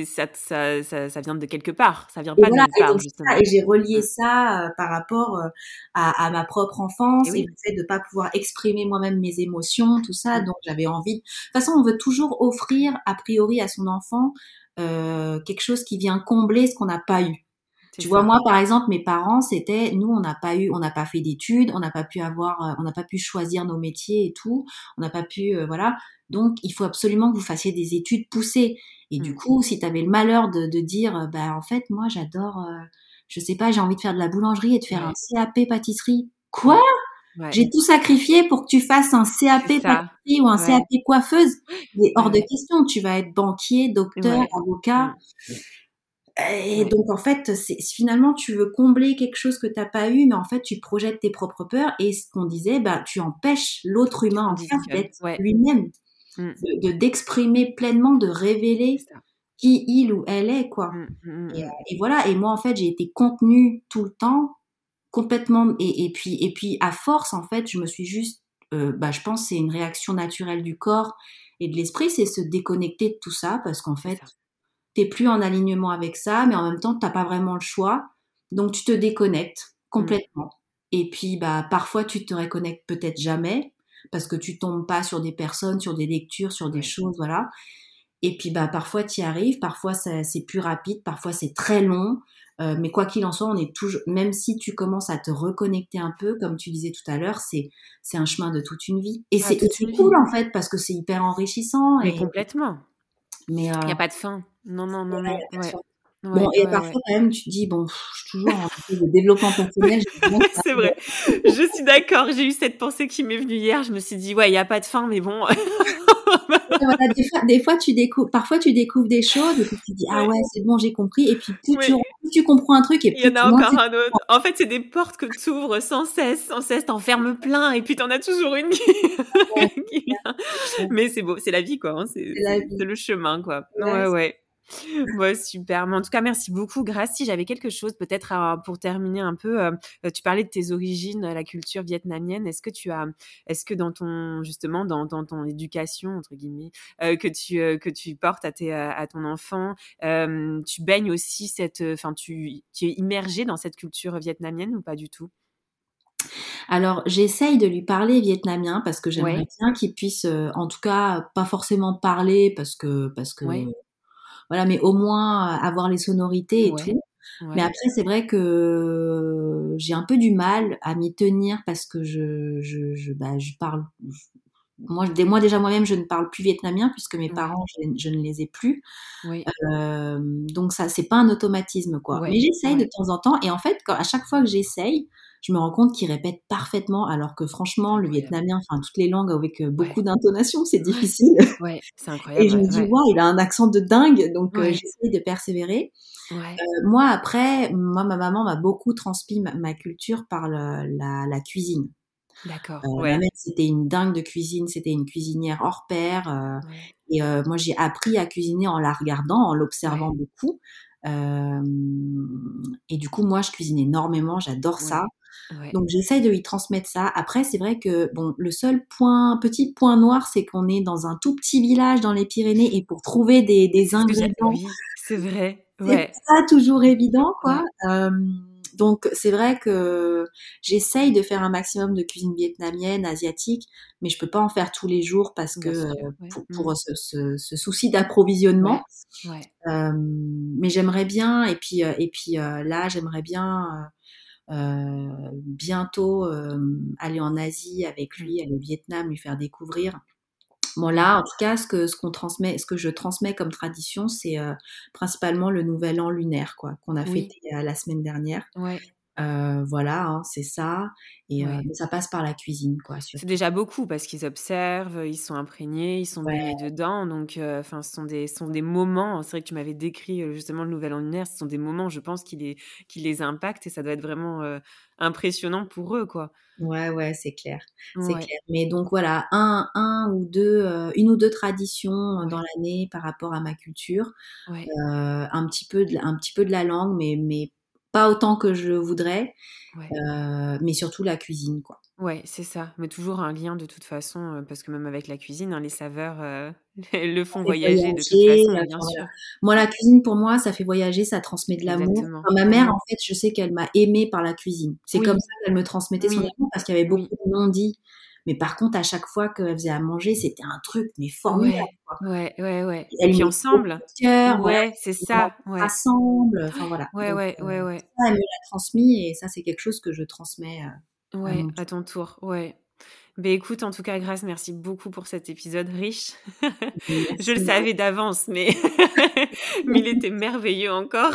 S2: vient de quelque part. Ça vient pas de nulle part, justement.
S3: Et j'ai relié ça par rapport à ma propre enfance et le fait de pas pouvoir exprimer moi-même mes émotions, tout ça. Donc, j'avais envie. De toute façon, on veut toujours offrir, a priori, à son enfant quelque chose qui vient combler ce qu'on n'a pas eu. Tu vois, moi, par exemple, mes parents, nous, on n'a pas fait d'études, on n'a pas pu choisir nos métiers et tout, on n'a pas pu, voilà. Donc, il faut absolument que vous fassiez des études poussées. Et du coup, si tu avais le malheur de dire, en fait, moi, j'adore, je sais pas, j'ai envie de faire de la boulangerie et de faire un CAP pâtisserie. Quoi? J'ai tout sacrifié pour que tu fasses un CAP pâtisserie ou un CAP coiffeuse. Mais hors de question, tu vas être banquier, docteur, avocat. Et donc, en fait, finalement, tu veux combler quelque chose que t'as pas eu, mais en fait, tu projettes tes propres peurs. Et ce qu'on disait, bah, tu empêches l'autre
S2: Tu
S3: humain en face
S2: conditionnes.
S3: d'être
S2: Ouais.
S3: lui-même,
S2: Mmh.
S3: d'exprimer pleinement, de
S2: C'est
S3: révéler
S2: ça.
S3: qui il ou elle est, quoi.
S2: Mmh, mmh,
S3: Et,
S2: mmh.
S3: et voilà. Et moi, en fait, j'ai été contenue tout le temps, complètement. Et puis, à force, en fait, je me suis juste, bah, je pense, que c'est une réaction naturelle du corps et de l'esprit, c'est se déconnecter de tout ça, parce qu'en
S2: C'est
S3: fait,
S2: ça.
S3: t'es plus en alignement avec ça, mais en même temps, t'as pas vraiment le choix. Donc, tu te déconnectes
S2: Mmh.
S3: complètement. Et puis, bah, parfois, tu te reconnectes peut-être jamais, parce que tu tombes pas sur des personnes, sur des lectures, sur des
S2: Ouais.
S3: choses, voilà. Et puis, bah, parfois, tu y arrives, parfois, c'est plus rapide, parfois, c'est très long. Mais quoi qu'il en soit, on est toujours, même si tu commences à te reconnecter un peu, comme tu disais tout à l'heure, c'est un chemin de toute une vie. Et
S2: Ah,
S3: c'est
S2: toute une
S3: cool,
S2: vie.
S3: en fait, parce que c'est hyper enrichissant.
S2: Mais complètement.
S3: Mais,
S2: Il y a pas de fin. Non, non, non,
S3: voilà, y
S2: non.
S3: a pas de
S2: Ouais.
S3: fin. Bon,
S2: Ouais,
S3: et
S2: ouais, ouais.
S3: parfois, quand même, tu te dis, bon, je suis toujours en phase de développement personnel, j'ai besoin que ça
S2: C'est
S3: aille.
S2: vrai. Je suis d'accord. J'ai eu cette pensée qui m'est venue hier. Je me suis dit: «Ouais, il y a pas de fin, mais bon».
S3: Ouais, voilà, des fois, parfois, tu découvres des choses, et puis tu te dis, ah
S2: Ouais,
S3: ouais, c'est bon, j'ai compris. Et puis,
S2: ouais.
S3: plus tu comprends un truc, et
S2: Il y
S3: plus
S2: en a
S3: moins
S2: encore
S3: tu
S2: un autre.
S3: comprends.
S2: En fait, c'est des portes que tu ouvres sans cesse, sans cesse. Tu en fermes plein et puis tu en as toujours une qui
S3: Ouais,
S2: qui vient.
S3: ouais,
S2: Mais c'est beau, c'est la vie, quoi, hein. C'est
S3: c'est la
S2: c'est
S3: vie.
S2: c'est le chemin, quoi.
S3: Ouais,
S2: Ouais, ouais. Ouais, super. Mais en tout cas, merci beaucoup. Grace, si j'avais quelque chose peut-être pour terminer un peu, tu parlais de tes origines, la culture vietnamienne. Est-ce que dans ton justement dans ton «éducation» entre guillemets, que tu portes à ton enfant, tu baignes aussi enfin tu es immergée dans cette culture vietnamienne ou pas du tout?
S3: alors, j'essaye de lui parler vietnamien, parce que j'aimerais
S2: Ouais,
S3: bien qu'il puisse, en tout cas, pas forcément parler, parce que
S2: ouais,
S3: voilà, mais au moins avoir les sonorités et
S2: ouais,
S3: tout. Mais
S2: ouais.
S3: après, c'est vrai que j'ai un peu du mal à m'y tenir, parce que bah, je parle. Moi déjà, moi-même, je ne parle plus vietnamien, puisque mes
S2: Ouais,
S3: parents, je ne les ai plus.
S2: oui,
S3: Donc ça, c'est pas un automatisme, quoi. Mais
S2: ouais,
S3: j'essaye de
S2: ouais,
S3: temps en temps, et en fait, à chaque fois que j'essaye, je me rends compte qu'ils répètent parfaitement, alors que
S2: c'est
S3: franchement, le
S2: incroyable.
S3: vietnamien, enfin toutes les langues avec
S2: Ouais,
S3: beaucoup d'intonation, c'est
S2: ouais,
S3: difficile.
S2: ouais, c'est
S3: Et
S2: incroyable,
S3: je
S2: ouais,
S3: me dis,
S2: ouais,
S3: waouh, il a un accent de dingue, donc
S2: ouais,
S3: j'essaye de persévérer.
S2: ouais.
S3: Moi, après, ma maman m'a beaucoup transmis ma culture par la cuisine.
S2: D'accord,
S3: Ma
S2: ouais,
S3: mère, c'était une dingue de cuisine, c'était une cuisinière hors pair.
S2: ouais,
S3: Et moi, j'ai appris à cuisiner en la regardant, en l'observant
S2: ouais,
S3: beaucoup. Euh, et du coup, moi, je cuisine énormément, j'adore ça.
S2: ouais, ouais.
S3: Donc, j'essaye de lui transmettre ça. Après, c'est vrai que, bon, le seul petit point noir, c'est qu'on est dans un tout petit village dans les Pyrénées, et pour trouver des
S2: C'est ce que j'ai
S3: ingrédients,
S2: oui, c'est vrai,
S3: c'est
S2: ouais,
S3: pas toujours évident, quoi.
S2: ouais,
S3: Donc c'est vrai que j'essaye de faire un maximum de cuisine vietnamienne, asiatique, mais je peux pas en faire tous les jours, parce que
S2: bien sûr, ouais,
S3: pour ce souci d'approvisionnement.
S2: ouais, ouais,
S3: Mais j'aimerais bien, et puis là, j'aimerais bien bientôt aller en Asie avec
S2: mmh,
S3: lui, aller au Vietnam, lui faire découvrir. Bon là,
S2: ouais,
S3: en tout cas, ce que je transmets comme tradition, c'est principalement le Nouvel An lunaire, quoi, qu'on a
S2: oui,
S3: fêté la semaine dernière.
S2: ouais,
S3: Voilà, hein, c'est ça.
S2: ouais.
S3: Mais ça passe par la cuisine, quoi,
S2: C'est
S3: surtout.
S2: déjà beaucoup parce qu'ils observent, ils sont imprégnés, ils sont baignés
S3: Ouais,
S2: dedans donc enfin ce sont des moments, c'est vrai que tu m'avais décrit, justement le nouvel an lunaire, ce sont des moments je pense qui les impactent et ça doit être vraiment, impressionnant pour eux, quoi.
S3: ouais, ouais, c'est clair, c'est
S2: Ouais,
S3: clair. Mais donc voilà, une ou deux traditions dans
S2: ouais,
S3: l'année par rapport à ma culture.
S2: ouais,
S3: Un petit peu de la langue, mais pas autant que je voudrais.
S2: ouais.
S3: Mais surtout la cuisine, quoi.
S2: Ouais, c'est ça, mais toujours un lien de toute façon, parce que même avec la cuisine, hein, les saveurs, le
S3: Ça
S2: font
S3: fait
S2: voyager de toute
S3: voyager,
S2: façon, bien
S3: enfin voilà.
S2: sûr.
S3: Moi, la cuisine, pour moi, ça fait voyager, ça transmet de l'amour.
S2: Exactement.
S3: Enfin, ma mère,
S2: Mmh.
S3: en fait, je sais qu'elle m'a aimée par la cuisine. C'est comme
S2: Oui,
S3: ça qu'elle me transmettait son
S2: oui,
S3: amour, parce qu'il y avait beaucoup
S2: oui.
S3: de non-dits. Mais par contre, à chaque fois qu'elle faisait à manger, c'était un truc, mais formidable,
S2: Ouais,
S3: quoi.
S2: ouais, ouais, ouais et
S3: Elle y
S2: puis
S3: mettait beaucoup
S2: ensemble.
S3: de cœur, voilà,
S2: Ouais, c'est
S3: on mangeait
S2: ça, ouais.
S3: ensemble, enfin voilà.
S2: Ouais,
S3: Donc
S2: ouais, ouais, ouais.
S3: ça, elle me l'a transmis, et ça, c'est quelque chose que je transmets à
S2: Ouais,
S3: mon
S2: à
S3: tour.
S2: ton tour, ouais. Écoute, en tout cas, Grace, merci beaucoup pour cet épisode riche. Je le
S3: Merci.
S2: savais d'avance, mais mais il était merveilleux encore.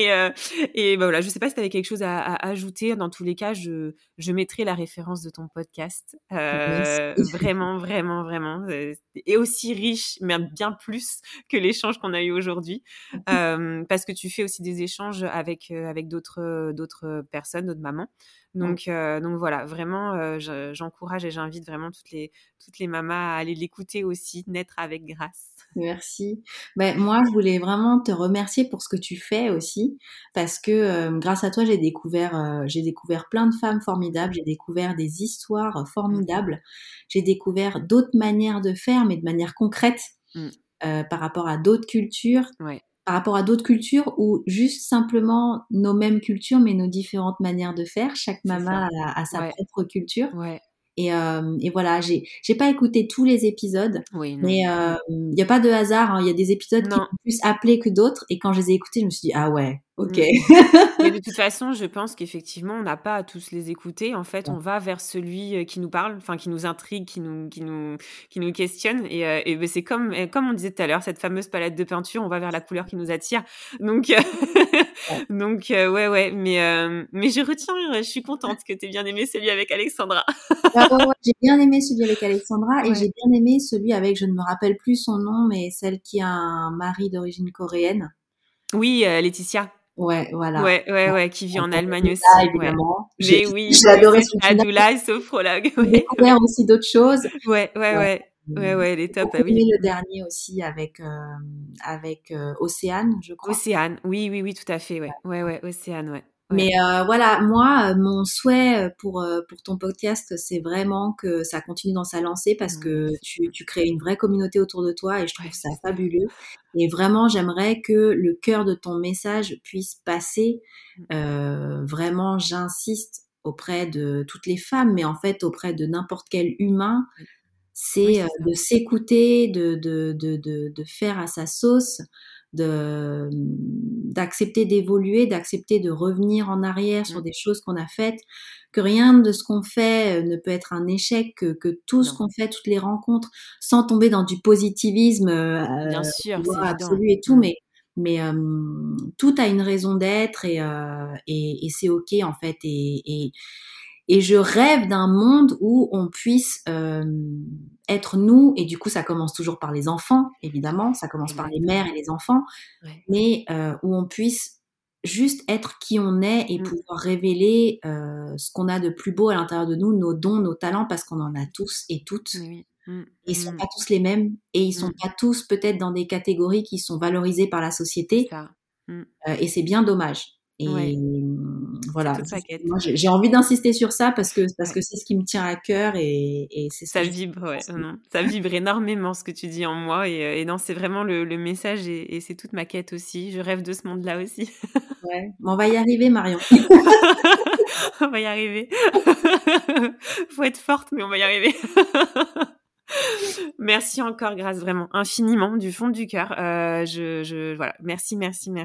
S2: Et voilà, je sais pas si tu avais quelque chose à ajouter. Dans tous les cas, je mettrai la référence de ton podcast.
S3: Merci.
S2: Vraiment, vraiment, vraiment. Et aussi riche, mais bien plus que l'échange qu'on a eu aujourd'hui. Parce que tu fais aussi des échanges avec d'autres personnes, d'autres mamans. Donc voilà, vraiment, j'encourage et j'invite vraiment toutes les mamas à aller l'écouter aussi, Naître avec Grace.
S3: Merci. Moi, je voulais vraiment te remercier pour ce que tu fais aussi, parce que grâce à toi, j'ai découvert plein de femmes formidables, j'ai découvert des histoires formidables, j'ai découvert d'autres manières de faire, mais de manière concrète, par rapport à d'autres cultures.
S2: Ouais.
S3: Par rapport à d'autres cultures ou juste simplement nos mêmes cultures, mais nos différentes manières de faire. Chaque maman a sa propre culture.
S2: Ouais.
S3: Et voilà, j'ai pas écouté tous les épisodes,
S2: Oui, non.
S3: mais il y a pas de hasard. Hein. Il y a des épisodes qui m'ont plus appelé que d'autres. Et quand je les ai écoutés, je me suis dit ah ouais, ok.
S2: Mais de toute façon, je pense qu'effectivement, on n'a pas à tous les écouter. En fait, on va vers celui qui nous parle, enfin qui nous intrigue, qui nous questionne. Et c'est comme on disait tout à l'heure, cette fameuse palette de peinture, on va vers la couleur qui nous attire. Donc ouais. Mais je retiens, je suis contente que tu aies bien aimé celui avec Alexandra.
S3: Ouais, j'ai bien aimé celui avec Alexandra et j'ai bien aimé celui avec, je ne me rappelle plus son nom, mais celle qui a un mari d'origine coréenne.
S2: Oui, Laetitia.
S3: Ouais, voilà.
S2: Ouais, qui vit en Allemagne aussi.
S3: Évidemment.
S2: Mais oui,
S3: j'ai adoré ce
S2: à doula et sophrologue.
S3: J'ai découvert aussi d'autres choses.
S2: Ouais, elle est top.
S3: J'ai aimé le dernier aussi avec Océane, je crois.
S2: Océane, oui, tout à fait, ouais, Océane, ouais.
S3: Mais voilà, moi, mon souhait pour ton podcast, c'est vraiment que ça continue dans sa lancée parce que tu crées une vraie communauté autour de toi et je trouve ça fabuleux. Et vraiment, j'aimerais que le cœur de ton message puisse passer. Vraiment, j'insiste auprès de toutes les femmes, mais en fait auprès de n'importe quel humain, c'est de s'écouter, de faire à sa sauce, d'accepter d'évoluer, d'accepter de revenir en arrière sur des choses qu'on a faites, que rien de ce qu'on fait ne peut être un échec, que tout ce qu'on fait, toutes les rencontres, sans tomber dans du positivisme
S2: bien sûr, c'est
S3: absolu et tout, mais tout a une raison d'être et c'est ok en fait et je rêve d'un monde où on puisse être nous, et du coup ça commence toujours par les enfants, évidemment, ça commence par les mères et les enfants, mais où on puisse juste être qui on est et pouvoir révéler ce qu'on a de plus beau à l'intérieur de nous, nos dons, nos talents, parce qu'on en a tous et toutes. Ils sont pas tous les mêmes et ils sont pas tous peut-être dans des catégories qui sont valorisées par la société. Et c'est bien dommage. Et voilà, moi j'ai envie d'insister sur ça parce que c'est ce qui me tient à cœur et c'est
S2: ça vibre, ça vibre énormément ce que tu dis en moi et non, c'est vraiment le message et c'est toute ma quête aussi. Je rêve de ce monde-là aussi.
S3: Ouais, mais on va y arriver, Marion.
S2: On va y arriver. Faut être forte, mais on va y arriver. Merci encore, Grace, vraiment infiniment du fond du cœur. Voilà, merci.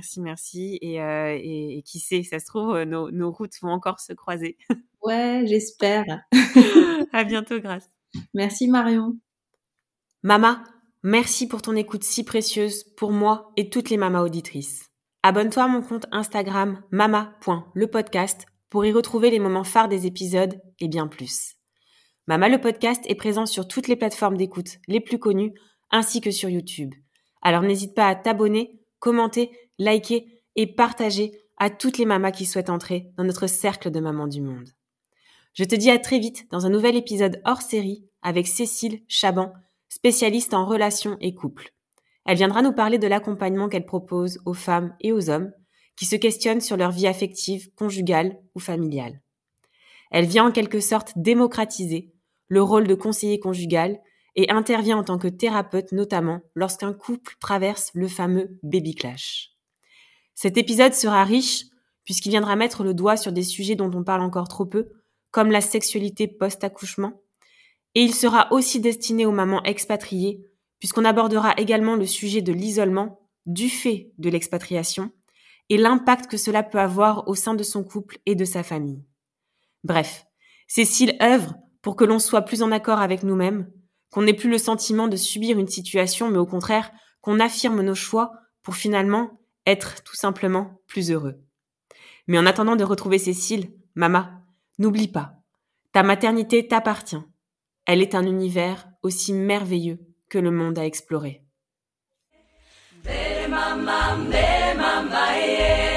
S2: Et qui sait, ça se trouve, nos routes vont encore se croiser.
S3: Ouais, j'espère.
S2: À bientôt, Grace.
S3: Merci, Marion.
S2: Mama, merci pour ton écoute si précieuse pour moi et toutes les mamas auditrices. Abonne-toi à mon compte Instagram mama.lepodcast pour y retrouver les moments phares des épisodes et bien plus. Mama le podcast est présent sur toutes les plateformes d'écoute les plus connues ainsi que sur YouTube. Alors n'hésite pas à t'abonner, commenter, liker et partager à toutes les mamas qui souhaitent entrer dans notre cercle de mamans du monde. Je te dis à très vite dans un nouvel épisode hors série avec Cécile Chaban, spécialiste en relations et couple. Elle viendra nous parler de l'accompagnement qu'elle propose aux femmes et aux hommes qui se questionnent sur leur vie affective, conjugale ou familiale. Elle vient en quelque sorte démocratiser le rôle de conseiller conjugal et intervient en tant que thérapeute notamment lorsqu'un couple traverse le fameux baby clash. Cet épisode sera riche puisqu'il viendra mettre le doigt sur des sujets dont on parle encore trop peu, comme la sexualité post-accouchement, et il sera aussi destiné aux mamans expatriées puisqu'on abordera également le sujet de l'isolement du fait de l'expatriation et l'impact que cela peut avoir au sein de son couple et de sa famille. Bref, Cécile œuvre pour que l'on soit plus en accord avec nous-mêmes, qu'on n'ait plus le sentiment de subir une situation, mais au contraire, qu'on affirme nos choix pour finalement être tout simplement plus heureux. Mais en attendant de retrouver Cécile, Mama, n'oublie pas, ta maternité t'appartient. Elle est un univers aussi merveilleux que le monde à explorer.
S1: Bele mama, yeah.